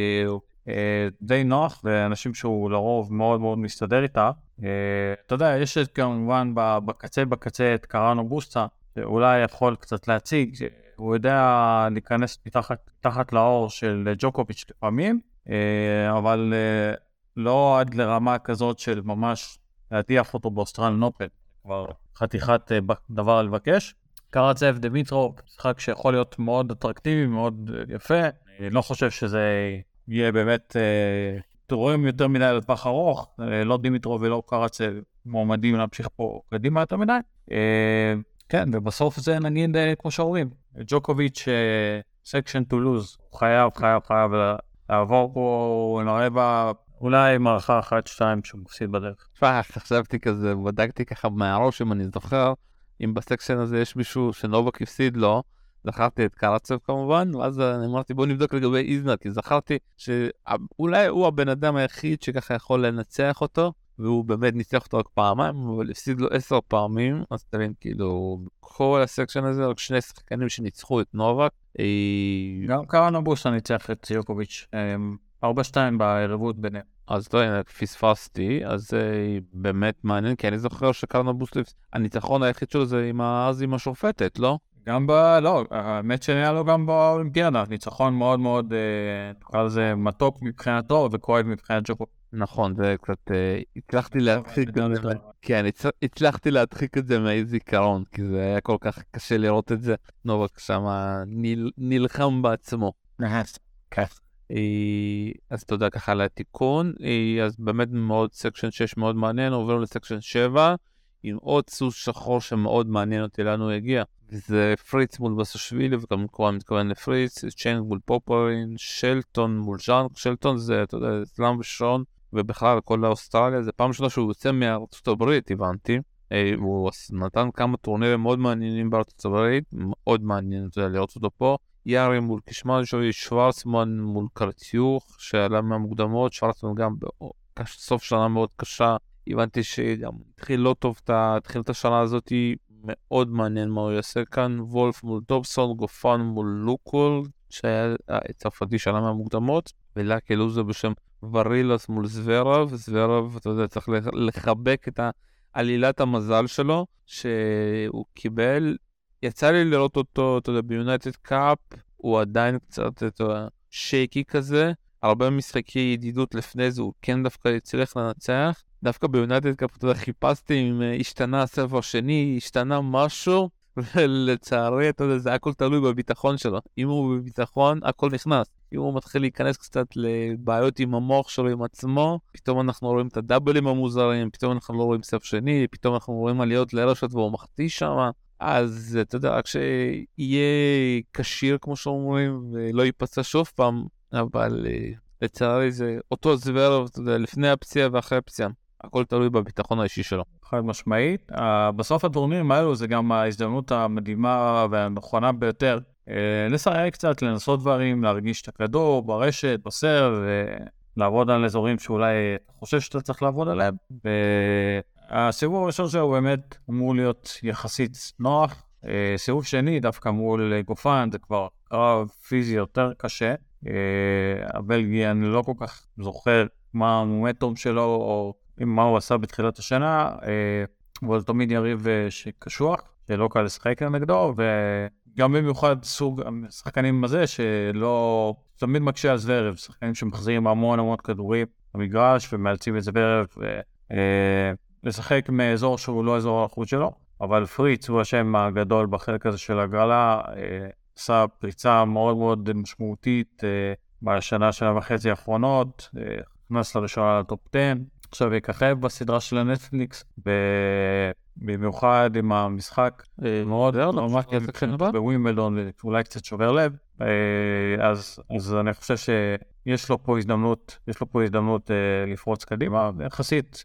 די נוח, ואנשים שהוא לרוב מאוד מאוד מסתדר איתה. אתה יודע, יש כמובן בקצה בקצה את קרנו בוסטה, שאולי יכול קצת להציג, הוא יודע להיכנס מתחת לאור של ג'וקוביץ' לפעמים, אבל לא עד לרמה כזאת של ממש להטיח אותו באוסטרליאן אופן, כבר חתיכת דבר לבקש. קרצב דמיטרו, משחק שיכול להיות מאוד אטרקטיבי, מאוד יפה, אני לא חושב שזה יהיה באמת תורם יותר מדי לטווח ארוך, לא דמיטרו ולא קרצב מועמדים להמשיך פה קדימה יותר מדי. כן, ובסוף זה נגיד כמו שאומרים, ג'וקוביץ' סקשן טו לוז, הוא חייב, חייב, חייב לעבור פה, נראה בה אולי מערכה אחת, שתיים שהוא מפסיד בדרך. שפע, חשבתי כזה, בדקתי ככה מהראש אם אני זוכר, אם בסקשן הזה יש מישהו שנובק הפסיד לו, זכרתי את קרצב כמובן, ואז אני אמרתי בוא נבדוק לגבי איזנר, כי זכרתי שאולי הוא הבן אדם היחיד שככה יכול לנצח אותו, והוא באמת ניצח אותו רק פעמיים, אבל הפסיד לו עשר פעמים, אז תבין, כאילו, כל הסקשן הזה, רק שני שחקנים שניצחו את נובק. גם קרנו בוסטה ניצח את יוקוביץ', ארבע שתיים בערבות ביניהם. אז לא, הנה, פספסתי, אז זה באמת מעניין, כי אני זוכר שקרנו בוסטה, הניצחון היחיד שלו זה עם אז עם השופטת, לא? גם ב... לא, האמת שנהיה לו גם באולימפיאדה, ניצחון מאוד מאוד, נקרא לזה מתוק מבחינתו וכואב מבחינת ג'וקו. נכון, זה קצת, הצלחתי להדחיק את זה, כן, הצלחתי להדחיק את זה מהזיכרון, כי זה היה כל כך קשה לראות את זה, נובק שם נלחם בעצמו. כן. אז תודה ככה על התיקון, אז באמת מאוד סקשן שש מאוד מעניין, עובר לסקשן שבע, עם עוד סוס שחור שמאוד מעניין אותי לאן הוא הגיע. וזה פריץ מול בסשווילי, וגם קוראים מתכוון לפריץ, צ'יינג מול פופרין, שלטון מול ז'אנק, שלטון זה, אתה יודע, סלאם ושון, ובכלל כל האוסטרליה, זה פעם שלה שהוא יוצא מארצות הברית, הבנתי. הוא נתן כמה טורנירים מאוד מעניינים בארצות הברית, מאוד מעניין אתה יודע, לראות אותו פה. יארי מול קשמן שווי, שוורצמן מול קרציוך, שעלה מהמוקדמות, שוורצמן גם בסוף שנה מאוד קשה, הבנתי שגם התחיל לא טוב, התחיל את השנה הזאת, מאוד מעניין מה הוא יעשה כאן, וולף מול טופסון, גופן מול לוקול, שהיה צרפתי שנה מהמוקדמות, ולאקי לוזר בשם ורילס מול זוורב, זוורב, אתה יודע, צריך לחבק את עלילת המזל שלו, שהוא קיבל, יצא לי לראות אותו, אתה יודע, ביונייטד קאפ, הוא עדיין קצת, אתה יודע, שייקי כזה, הרבה משחקי ידידות לפני זה, הוא כן דווקא יצליח לנצח, דווקא ביונייטד קאפ, אתה יודע, חיפשתי אם השתנה הספר השני, השתנה משהו, ולצערי, אתה יודע, זה הכל תלוי בביטחון שלו. אם הוא בביטחון, הכל נכנס. אם הוא מתחיל להיכנס קצת לבעיות עם המוח שלו, עם עצמו, פתאום אנחנו רואים את הדאבלים המוזרים, פתאום אנחנו לא רואים סף שני, פתאום אנחנו רואים עליות לרשת והוא מחטיא שם. אז אתה יודע, רק שיהיה קשיר, כמו שאומרים, ולא ייפצע שוב פעם, אבל לצערי זה אותו זוורב, אתה יודע, לפני הפציעה ואחרי הפציעה. הכל תלוי בביטחון האישי שלו. חד משמעית. בסוף הטורנירים האלו זה גם ההזדמנות המדהימה והנכונה ביותר. לשחק קצת, לנסות דברים, להרגיש את הכדור ברשת, בסר, ולעבוד על אזורים שאולי אתה חושב שאתה צריך לעבוד עליהם. והסיבוב הראשון שלו באמת אמור להיות יחסית נוח. סיבוב שני דווקא מול גופן, זה כבר קרב פיזי יותר קשה. הבלגי, אני לא כל כך זוכר מה המומנטום שלו, או מה הוא עשה בתחילת השנה, אבל תמיד יריב שקשוח, שלא קל לשחק נגדו, וגם במיוחד סוג השחקנים הזה, שלא תמיד מקשה על זוורב, שחקנים שמחזירים המון המון כדורים במגרש, ומאלצים את זוורב, לשחק מאזור שהוא לא אזור החוץ שלו, אבל פריץ הוא השם הגדול בחלק הזה של הגרלה, עשה פריצה מאוד מאוד משמעותית בשנה, שנה וחצי האחרונות, נכנס לראשונה לטופ עשר, עכשיו יככב בסדרה של הנטפליקס, במיוחד עם המשחק מאוד דרמטי בווימבלדון, ואולי קצת שובר לב, אז אני חושב שיש לו פה הזדמנות, יש לו פה הזדמנות לפרוץ קדימה, יחסית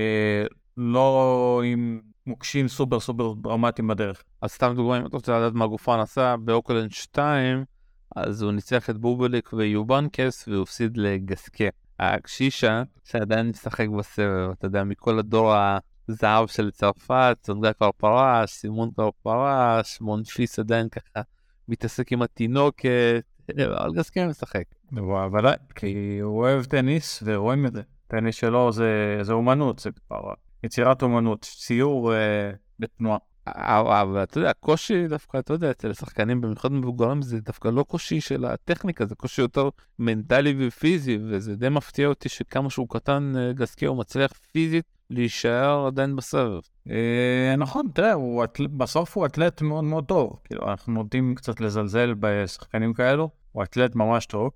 לא עם מוקשים סופר סופר דרמטיים בדרך. אז סתם דוגמא, אם אתה רוצה לדעת מה גופן עשה, באוקלנד שתיים, אז הוא ניצח את בובליק ויובנקס, והוא הפסיד לגסקה. הקשישה שעדיין משחק בסבב, אתה יודע, מכל הדור הזהב של צרפת, צונגה כבר פרש, סימון כבר פרש, מונפיס עדיין ככה מתעסק עם התינוקת, אבל גסקה משחק. אבל כי הוא אוהב טניס ורואים את זה. טניס שלו זה, זה אומנות, זה כבר יצירת אומנות, ציור אה, בתנועה. אבל אתה יודע, הקושי דווקא, אתה יודע, אצל השחקנים במיוחד מבוגרים זה דווקא לא קושי של הטכניקה, זה קושי יותר מנטלי ופיזי, וזה די מפתיע אותי שכמה שהוא קטן גסקה הוא מצליח פיזית להישאר עדיין בסבב. אה, נכון, תראה, הוא אטל... בסוף הוא אתלט מאוד מאוד טוב, כאילו אנחנו נוטים קצת לזלזל בשחקנים כאלו, הוא אתלט ממש טוב,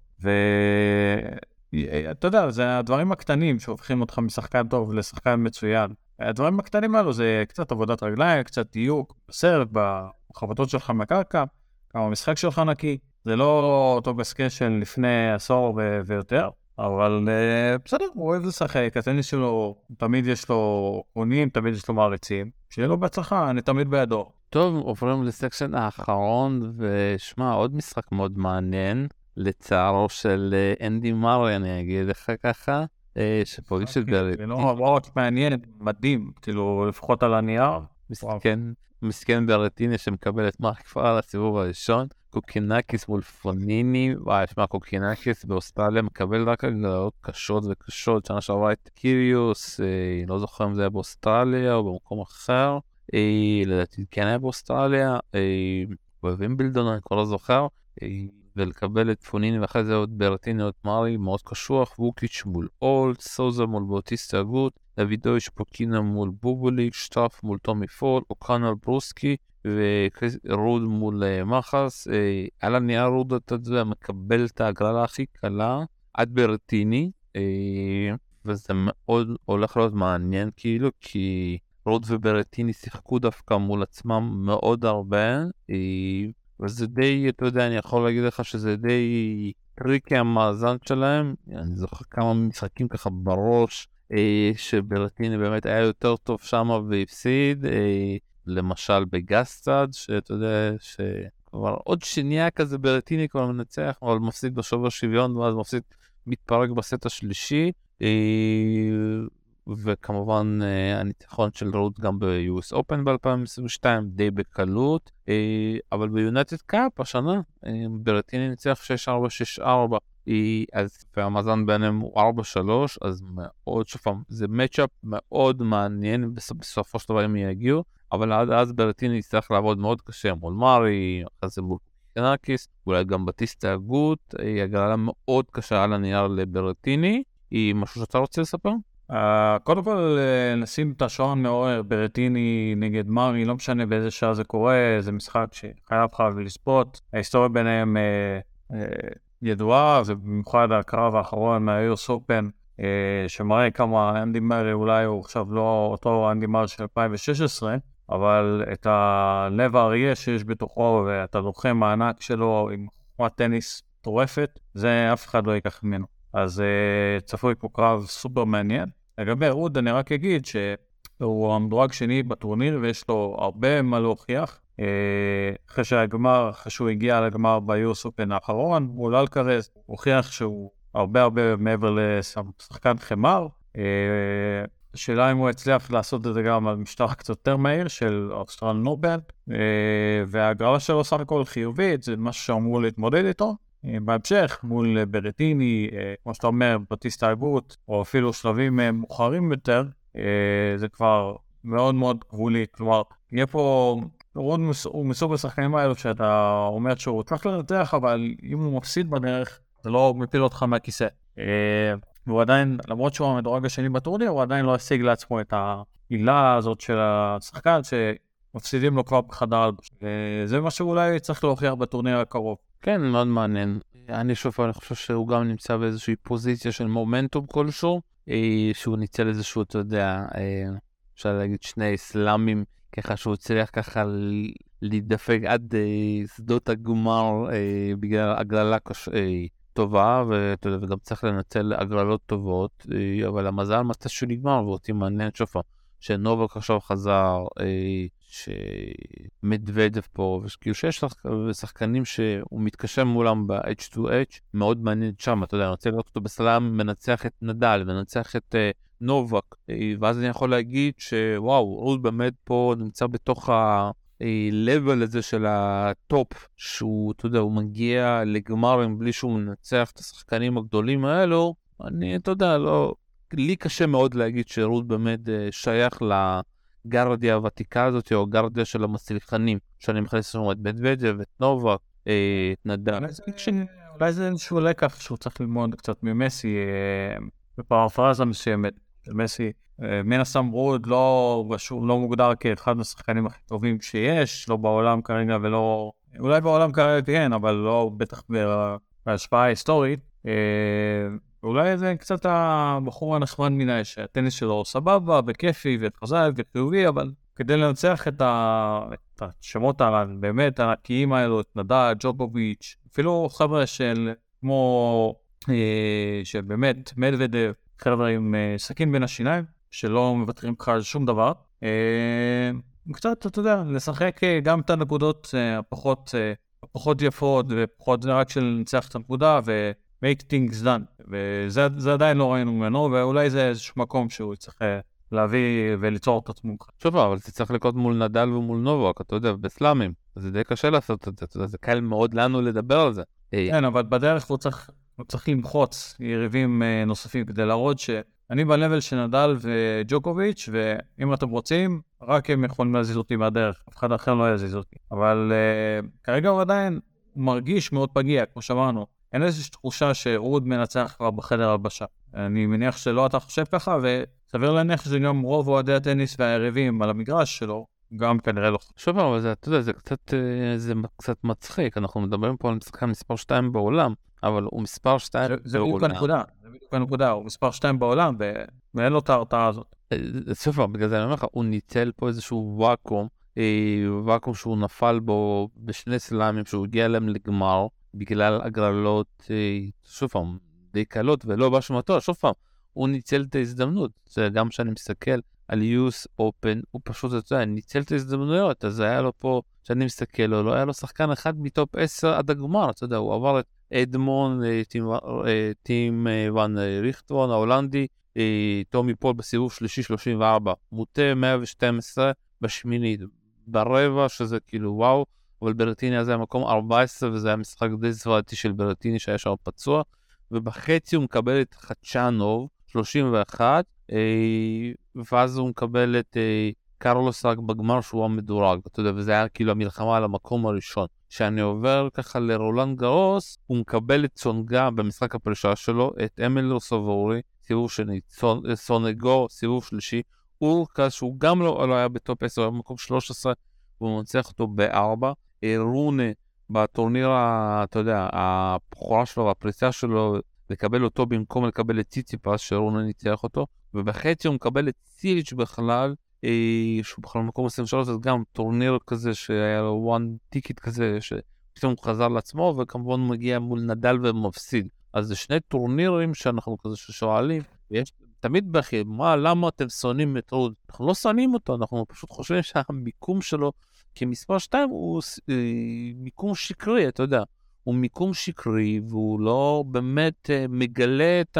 ואתה יודע, זה הדברים הקטנים שהופכים אותך משחקן טוב לשחקן מצוין. הדברים הקטנים האלו זה קצת עבודת רגליים, קצת דיוק, בסרט, בחבטות שלך מהקרקע, כמה המשחק שלך נקי. זה לא אותו גסקה של לפני עשור ו- ויותר, אבל uh, בסדר, הוא אוהב לשחק, הטניס שלו, תמיד יש לו עונים, תמיד יש לו מעריצים. שיהיה לו בהצלחה, אני תמיד בידו. טוב, עוברים לסקשן האחרון, ושמע, עוד משחק מאוד מעניין, לצערו של אנדי מרי, אני אגיד לך ככה. שפוגש את ברטיני. לא רק מעניין, מדהים, כאילו לפחות על הנייר. מסכן ברטיני שמקבל את מרק כבר על הסיבוב הראשון, קוקינקיס מול פוניני, וואי, שמע, קוקינקיס באוסטרליה מקבל רק הגרלות קשות וקשות, שנה שעברה את קיריוס, לא זוכר אם זה היה באוסטרליה או במקום אחר, לדעתי כן היה באוסטרליה, בווימבלדון אני כבר לא זוכר, ולקבל את פוניני ואחרי זה עוד ברטיני עוד מרי מאוד קשוח, ווקיץ' מול אולט, סוזה מול באוטיסטה גוט, דוידוביץ' פוקינה מול בובוליק, שטרף מול טומי פול, אוקאנר ברוסקי ורוד מול מחס. על הנייר רוד אתה יודע מקבל את ההגרלה הכי קלה עד ברטיני, וזה מאוד הולך להיות מעניין כאילו, כי רוד וברטיני שיחקו דווקא מול עצמם מאוד הרבה, וזה די, אתה יודע, אני יכול להגיד לך שזה די טריקי המאזן שלהם. אני זוכר כמה משחקים ככה בראש, אה, שברטיני באמת היה יותר טוב שם והפסיד, אה, למשל בגסטד, שאתה יודע, שכבר עוד שנייה כזה ברטיני כבר מנצח, אבל מפסיד בשובר שוויון, ואז מפסיד מתפרק בסט השלישי, אה, וכמובן הניצחון של רוד גם ב-יו אס Open ב-אלפיים עשרים ושתיים די בקלות, אבל ביונייטד קאפ השנה ברטיני ניצח שש ארבע שש ארבע, אז והמאזן ביניהם הוא ארבע שלוש, אז מאוד שופם, זה מצ'אפ מאוד מעניין בסופו של דבר הם יגיעו, אבל עד אז ברטיני יצטרך לעבוד מאוד קשה מול מרי, אחרי זה מול קוקינקיס, אולי גם באוטיסטה גוט, היא הגרלה מאוד קשה על הנייר לברטיני. היא משהו שאתה רוצה לספר? Uh, קודם כל uh, נשים את השעון מעורר, ברטיני נגד מרי, לא משנה באיזה שעה זה קורה, זה משחק שחייב חייב לספוט. ההיסטוריה ביניהם uh, uh, ידועה, זה במיוחד הקרב האחרון מהיוס אופן, uh, שמראה כמה אנדי מרי אולי הוא עכשיו לא אותו אנדי מרי של אלפיים ושש עשרה, אבל את הלב האריה שיש בתוכו ואת הלוחם הענק שלו עם חוכמת טניס מטורפת, זה אף אחד לא ייקח ממנו. אז uh, צפוי פה קרב סופר מעניין. לגבי רוד, אני רק אגיד שהוא המדורג שני בטורניר ויש לו הרבה מה להוכיח. Uh, אחרי שהגמר, אחרי שהוא הגיע לגמר ביוס אופן האחרון, מול אלקרז, הוא הוכיח שהוא הרבה הרבה מעבר לשחקן חמר. Uh, השאלה אם הוא הצליח לעשות את זה גם על משטר קצת יותר מהיר של אוסטרל נובל, uh, והגרלה שלו סך הכל חיובית, זה משהו שאמור להתמודד איתו. בהמשך, מול ברטיני, כמו שאתה אומר, בטיסטה הגות, או אפילו שלבים מוכרים יותר, זה כבר מאוד מאוד גבולי. כלומר, יהיה פה, הוא מסוג השחקנים האלו שאתה אומר שהוא צריך לנתח, אבל אם הוא מפסיד בדרך, זה לא מפיל אותך מהכיסא. והוא עדיין, למרות שהוא המדורג השני בטורניר, הוא עדיין לא השיג לעצמו את העילה הזאת של השחקן, שמפסידים לו כבר בחדר הלבשה. וזה מה שאולי צריך להוכיח בטורניר הקרוב. כן, מאוד מעניין. אני שוב, אני חושב שהוא גם נמצא באיזושהי פוזיציה של מומנטום כלשהו, שהוא ניצל איזשהו, אתה יודע, אפשר להגיד שני סלאמים, ככה שהוא הצליח ככה להידפק עד שדות הגמר בגלל הגרלה טובה, ואתה יודע, וגם צריך לנצל הגרלות טובות, אבל המזל מתי שהוא נגמר, ואותי מעניין שוב, שנובק עכשיו חזר, שמדוודב פה, וכאילו שיש שחקנים שהוא מתקשר מולם ב-אייץ' טו אייץ', מאוד מעניין שם, אתה יודע, אני רוצה לראות אותו בסלאם, מנצח את נדל, מנצח את uh, נובק, ואז אני יכול להגיד שוואו, הוא באמת פה נמצא בתוך ה-level הזה של הטופ, שהוא, אתה יודע, הוא מגיע לגמרים בלי שהוא מנצח את השחקנים הגדולים האלו, אני, אתה יודע, לא, לי קשה מאוד להגיד שרוד באמת שייך ל... גרדיה הוותיקה הזאת, או גרדיה של המסליחנים, שאני מכניס שם את מדוודב, את נובק, את נדל. אולי זה איזשהו לקח שהוא צריך ללמוד קצת ממסי, בפרפרזה מסוימת. מסי, מן הסתם רוד לא מוגדר כאחד מהשחקנים הכי טובים שיש, לא בעולם כרגע ולא, אולי בעולם כרגע כן, אבל לא בטח בהשפעה ההיסטורית. אולי זה קצת הבחור הנחמד מיני, שהטניס שלו סבבה וכיפי וחזק וחיובי, אבל כדי לנצח את, ה... את השמות באמת הענקיים האלו, את נדל, ג'וקוביץ', אפילו חבר'ה של כמו אה, שבאמת מדוודב, חבר'ה עם אה, סכין בין השיניים, שלא מבטרים לך על שום דבר, אה, קצת, אתה יודע, לשחק גם את הנקודות אה, הפחות, אה, הפחות יפות ופחות רק של לנצח את הנקודה ו... make things done, וזה עדיין לא ראינו ממנו, ואולי זה איזשהו מקום שהוא צריך להביא וליצור את עצמו. שוב, אבל זה צריך לקרות מול נדל ומול נובק, אתה יודע, בסלאמים, זה די קשה לעשות את זה, אתה יודע, זה קל מאוד לנו לדבר על זה. כן, אבל בדרך הוא צריך, הוא צריך למחוץ יריבים נוספים, כדי להראות שאני בלבל של נדל וג'וקוביץ', ואם אתם רוצים, רק הם יכולים להזיז אותי מהדרך, אף אחד אחר לא יזיז אותי. אבל uh, כרגע הוא עדיין מרגיש מאוד פגיע, כמו שאמרנו, אין איזושהי תחושה שרוד מנצח כבר בחדר הלבשה. אני מניח שלא אתה חושב ככה, וסביר להניח שגם רוב אוהדי הטניס והיריבים על המגרש שלו, גם כנראה לא. שוב, אבל זה, אתה יודע, זה קצת, זה קצת מצחיק. אנחנו מדברים פה על משחקן מספר שתיים בעולם, אבל הוא מספר שתיים בעולם. זה בדיוק הנקודה, זה בדיוק הנקודה, הוא מספר שתיים בעולם, ואין לו את ההרתעה הזאת. שוב, בגלל זה אני אומר לך, הוא ניצל פה איזשהו וואקום, וואקום שהוא נפל בו בשני סלאמים, שהוא הגיע להם לגמר, בגלל הגרלות, שוב פעם, די קלות ולא באשמתו, שוב פעם, הוא ניצל את ההזדמנות. זה גם שאני מסתכל על יוס אופן, הוא פשוט, אתה יודע, ניצל את ההזדמנויות, אז היה לו פה, שאני מסתכל לו, לא היה לו שחקן אחד מטופ עשר עד הגמר, אתה יודע, הוא עבר את אדמון, טים ון ריכטרון, ההולנדי, טומי פול בסיבוב שלישי שלושים וארבע, מוטה מאה ושתים עשרה בשמינית, ברבע, שזה כאילו וואו, אבל ברטיני הזה היה מקום ארבע עשרה, וזה היה משחק די זוועתי של ברטיני שהיה שם פצוע, ובחצי הוא מקבל את חדשנוב, שלושים ואחת, ואז הוא מקבל את קרלוס רק בגמר שהוא המדורג, אתה יודע, וזה היה כאילו המלחמה על המקום הראשון. כשאני עובר ככה לרולנד גרוס, הוא מקבל את צונגה במשחק הפרישה שלו, את אמילר סובורי, סיבוב שני, סונ, סונגו, סיבוב שלישי, אורקס, שהוא גם לא, לא היה בטופ עשר, הוא היה במקום שלוש עשרה, והוא מנצח אותו ב-ארבע, רונה, בטורניר, אתה יודע, הבחורה שלו, הפריצה שלו, לקבל אותו במקום לקבל את ציציפס, שרונה ניצח אותו, ובחצי הוא מקבל את סיליץ' בכלל, אה, שהוא בכלל במקום עשרים ושלוש, אז גם טורניר כזה שהיה לו one ticket כזה, שפתאום הוא חזר לעצמו, וכמובן הוא מגיע מול נדל ומפסיד. אז זה שני טורנירים שאנחנו כזה ששואלים, ויש תמיד בכי, מה, למה אתם שונאים את רוד? אנחנו לא שונאים אותו, אנחנו פשוט חושבים שהמיקום שלו כמספר שתיים הוא אה, מיקום שקרי, אתה יודע. הוא מיקום שקרי, והוא לא באמת אה, מגלה את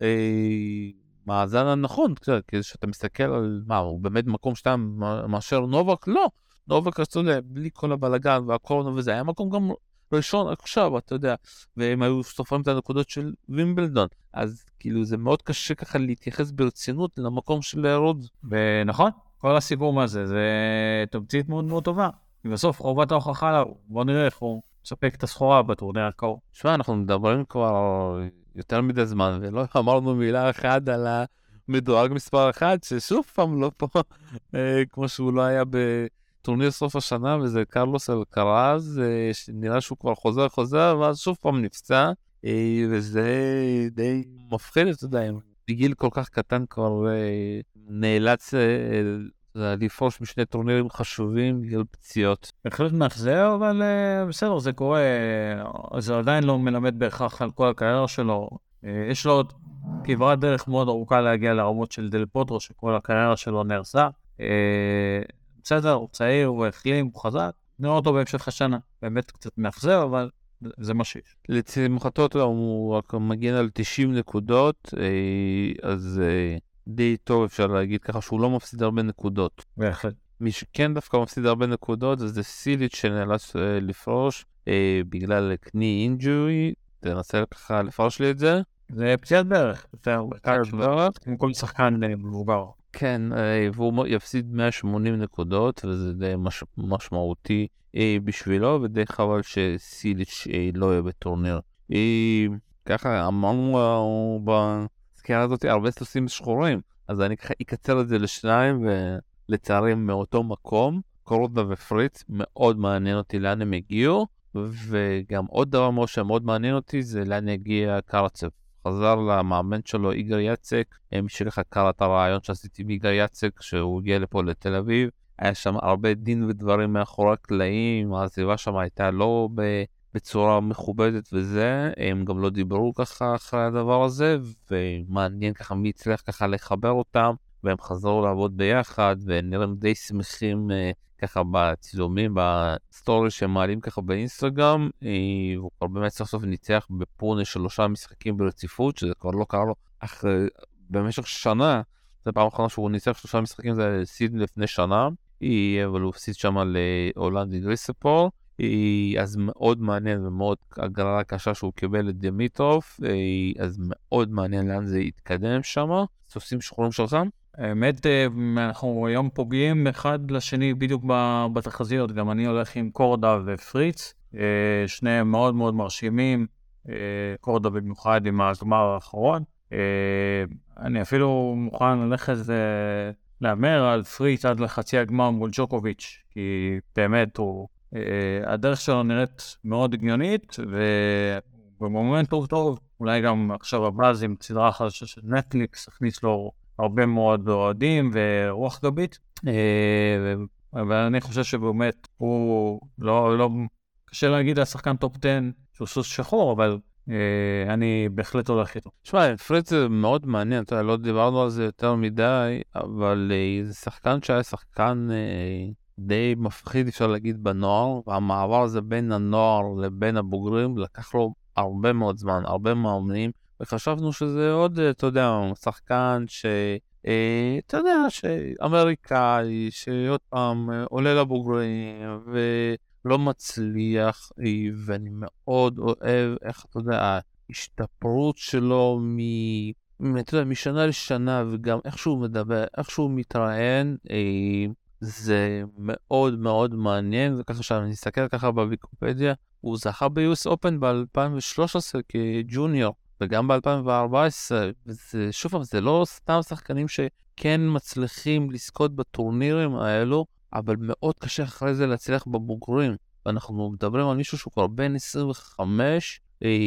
המאזן הנכון, כי שאתה מסתכל על מה, הוא באמת מקום שתיים מאשר נובק? לא, נובק, אתה יודע, בלי כל הבלגן והקורונה וזה, היה מקום גם ראשון עכשיו, אתה יודע, והם היו סופרים את הנקודות של וימבלדון, אז כאילו זה מאוד קשה ככה להתייחס ברצינות למקום של רוד. ונכון, כל הסיפור מה זה, זה תמצית מאוד מאוד טובה, ובסוף חובת ההוכחה לה, בוא נראה איך הוא מספק את הסחורה בטורניר הקרוב. שמע, אנחנו מדברים כבר יותר מדי זמן, ולא אמרנו מילה אחת על המדורג מספר אחד, ששוב פעם לא פה, כמו שהוא לא היה בטורניר סוף השנה, וזה קרלוס אלקרז, שנראה שהוא כבר חוזר חוזר, ואז שוב פעם נפצע, וזה די מפחיד, אתה יודע, בגיל כל כך קטן כבר נאלץ לפרוש משני טורנירים חשובים בגלל פציעות. בהחלט מאכזב, אבל uh, בסדר, זה קורה, זה עדיין לא מלמד בהכרח על כל הקריירה שלו. Uh, יש לו עוד כברת דרך מאוד ארוכה להגיע לרמות של דל פוטרו, שכל הקריירה שלו נהרסה. Uh, בסדר, הוא צעיר, הוא החלים, הוא חזק, נראה אותו בהמשך השנה. באמת קצת מאכזב, אבל זה מה שיש. לצמחתו הוא רק מגן על תשעים נקודות, אז די טוב אפשר להגיד ככה שהוא לא מפסיד הרבה נקודות. בהחלט. מי שכן דווקא מפסיד הרבה נקודות זה סיליץ' שנאלץ לפרוש בגלל קני אינג'ורי. תנסה ככה לפרש לי את זה. זה פציעת בערך, כמו כל שחקן מבוגר. כן, והוא יפסיד מאה ושמונים נקודות, וזה די מש... משמעותי בשבילו, ודי חבל שסיליץ' לא יהיה בטורניר. ככה אמרנו בסקירה הזאת הרבה סוסים שחורים, אז אני ככה אקצר את זה לשניים, ולצערי מאותו מקום, קורונה ופריץ, מאוד מעניין אותי לאן הם הגיעו, וגם עוד דבר מאוד שמאוד מעניין אותי זה לאן יגיע קרצב. חזר למאמן שלו איגר יצק, מי שלך קרא את הרעיון שעשיתי באיגר יצק שהוא הגיע לפה לתל אביב, היה שם הרבה דין ודברים מאחורי הקלעים, הסביבה שם הייתה לא בצורה מכובדת וזה, הם גם לא דיברו ככה אחרי הדבר הזה, ומעניין ככה מי הצליח ככה לחבר אותם, והם חזרו לעבוד ביחד, ונראים די שמחים ככה בצילומים, בסטורי שהם מעלים ככה באינסטגרם, הוא כבר באמת סוף סוף ניצח בפורנה שלושה משחקים ברציפות, שזה כבר לא קרה לו אחרי, במשך שנה, זה פעם אחרונה שהוא ניצח שלושה משחקים, זה סיד לפני שנה, אבל הוא הפסיד שם להולנדי גריספור, אז מאוד מעניין ומאוד הגררה קשה שהוא קיבל את דמיטרוף, אז מאוד מעניין לאן זה יתקדם שם. סוסים שחורים שלך? האמת, אנחנו היום פוגעים אחד לשני בדיוק בתחזיות, גם אני הולך עם קורדה ופריץ, שניהם מאוד מאוד מרשימים, קורדה במיוחד עם הגמר האחרון, אני אפילו מוכן ללכת לאמר על פריץ עד לחצי הגמר מול ג'וקוביץ', כי באמת הוא, הדרך שלו נראית מאוד הגיונית, ובמומנט טוב טוב, אולי גם עכשיו הבאז עם סדרה חדשה של נטפליקס, הכניס לו הרבה מאוד אוהדים ורוח גבית, אבל אני חושב שבאמת הוא לא, לא, קשה להגיד על שחקן טופ עשר שהוא סוס שחור, אבל אני בהחלט הולך איתו. תשמע, פריץ זה מאוד מעניין, אתה יודע, לא דיברנו על זה יותר מדי, אבל זה שחקן שהיה שחקן די מפחיד אפשר להגיד בנוער, והמעבר הזה בין הנוער לבין הבוגרים לקח לו הרבה מאוד זמן, הרבה מאמנים, וחשבנו שזה עוד, אתה יודע, שחקן ש... אתה יודע, שאמריקאי, שעוד פעם עולה לבוגרים ולא מצליח, ואני מאוד אוהב איך, אתה יודע, ההשתפרות שלו מ... אתה יודע, משנה לשנה, וגם איך שהוא מדבר, איך שהוא מתראיין, זה מאוד מאוד מעניין, וככה שאני אסתכל ככה בוויקיפדיה, הוא זכה ב-יו אס Open ב-אלפיים ושלוש עשרה כג'וניור, וגם ב-אלפיים וארבע עשרה, וזה, שוב פעם, זה לא סתם שחקנים שכן מצליחים לזכות בטורנירים האלו, אבל מאוד קשה אחרי זה להצליח בבוגרים. ואנחנו מדברים על מישהו שהוא כבר בן עשרים וחמש,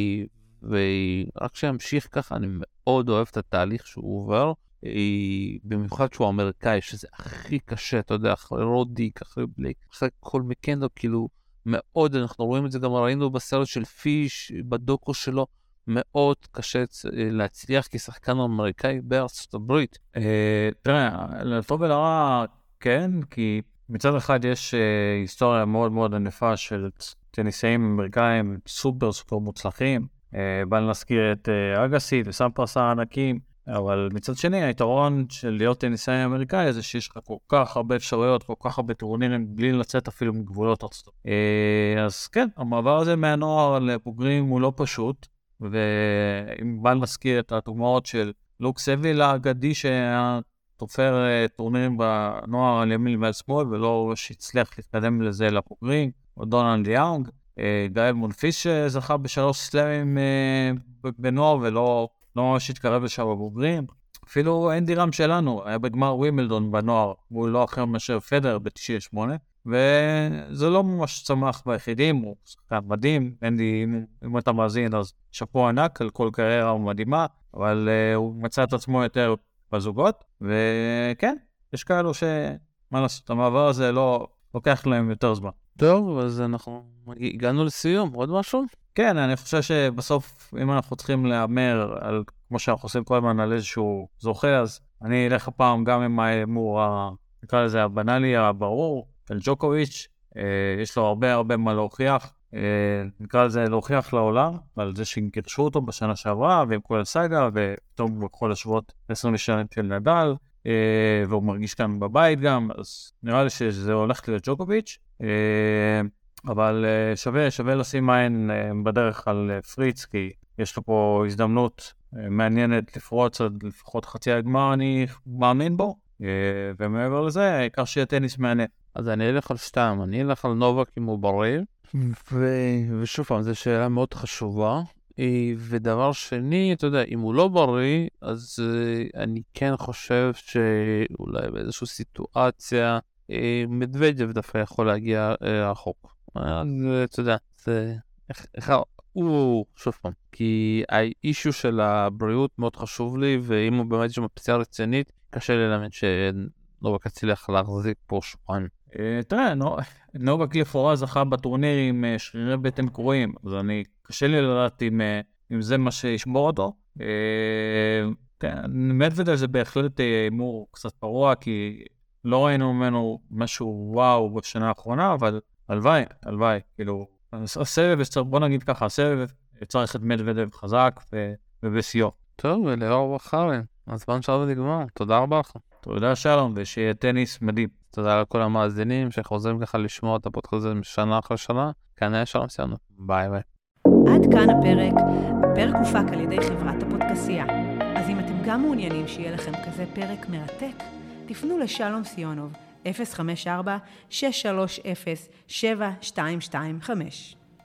ורק שימשיך ככה, אני מאוד אוהב את התהליך שהוא עובר, במיוחד שהוא אמריקאי, שזה הכי קשה, אתה יודע, אחרי רודיק, אחרי בלייק, אחרי כל מקנדו, כאילו, מאוד, אנחנו רואים את זה, גם ראינו בסרט של פיש, בדוקו שלו, מאוד קשה להצליח כשחקן אמריקאי בארצות הברית. תראה, לטוב ולרע, כן, כי מצד אחד יש היסטוריה מאוד מאוד ענפה של טניסאים אמריקאים סופר סופר מוצלחים, בא להזכיר את אגסי וסמפרס הענקים, אבל מצד שני היתרון של להיות טניסאי אמריקאי זה שיש לך כל כך הרבה אפשרויות, כל כך הרבה טורנירים בלי לצאת אפילו מגבולות ארצות. אז כן, המעבר הזה מהנוער לבוגרים הוא לא פשוט, ואם בא להזכיר את הדוגמאות של לוק סביל האגדי שהיה תופר טורנירים בנוער על ימין ועל שמאל ולא שהצליח להתקדם לזה לבוגרים, או דונלד יאנג, גאל מונפיס שזכה בשלוש סלאמים בנוער ולא לא ממש התקרב לשם בבוגרים. אפילו אנדי רם שלנו היה בגמר ווימלדון בנוער, והוא לא אחר מאשר פדר ב-תשעים ושמונה, וזה לא ממש צמח ביחידים, הוא שחקן מדהים. אנדי, אם אתה מאזין, אז שפו ענק על כל קריירה מדהימה, אבל uh, הוא מצא את עצמו יותר בזוגות, וכן, יש כאלו שמה לעשות, המעבר הזה לא לוקח להם יותר זמן. טוב, אז אנחנו הגענו לסיום, עוד משהו? כן, אני חושב שבסוף, אם אנחנו צריכים לאמר על, כמו שאנחנו עושים כל הזמן, על איזשהו זוכה, אז אני אלך הפעם גם עם האמור, נקרא לזה הבנאלי, הברור, על ג'וקוביץ', אה, יש לו הרבה הרבה מה להוכיח, אה, נקרא לזה להוכיח לעולם, על זה שגירשו אותו בשנה שעברה, ועם כל הסייגה, ופתאום הוא יכול לשבות עשרים שנים של נדל, אה, והוא מרגיש כאן בבית גם, אז נראה לי שזה הולך להיות ג'וקוביץ', אה, אבל uh, שווה, שווה לשים עין uh, בדרך על uh, פריץ, כי יש לו פה הזדמנות uh, מעניינת לפרוץ עד לפחות חצי הגמר, אני מאמין בו, uh, ומעבר לזה, העיקר שיהיה טניס מעניין. אז אני אלך על שתיים, אני אלך על נובק אם הוא בריא, ו... ושוב פעם, זו שאלה מאוד חשובה, ודבר שני, אתה יודע, אם הוא לא בריא, אז uh, אני כן חושב שאולי באיזושהי סיטואציה, uh, מדוודג'ב דווקא יכול להגיע uh, רחוק. אז אתה יודע, זה איך הוא שוב פעם, כי האישו של הבריאות מאוד חשוב לי, ואם הוא באמת שם פציעה רצינית, קשה לי להאמין שנובק יצליח להחזיק פה שבועיים. תראה, נובק לכאורה זכה בטורניר עם שרירי בטן קרועים, אז אני קשה לי לדעת אם זה מה שישבור אותו. מדוודג' זה בהחלט הימור קצת פרוע, כי לא ראינו ממנו משהו וואו בשנה האחרונה, אבל הלוואי, הלוואי, כאילו, הסבב, בוא נגיד ככה, הסבב צריך את מדוודג' חזק ובסיוע. טוב, ולאור בחרן, הזמן שלנו נגמר, תודה רבה לך. תודה שלום, ושיהיה טניס מדהים. תודה לכל המאזינים שחוזרים ככה לשמוע את הפודקאסט הזה משנה אחרי שנה, כאן היה שלום סיימנו, ביי ביי. עד כאן הפרק, הפרק הופק על ידי חברת הפודקאסייה, אז אם אתם גם מעוניינים שיהיה לכם כזה פרק מרתק, תפנו לשלום סיונוב, אפס חמש ארבע שש שלוש אפס שבע שתיים שתיים חמש.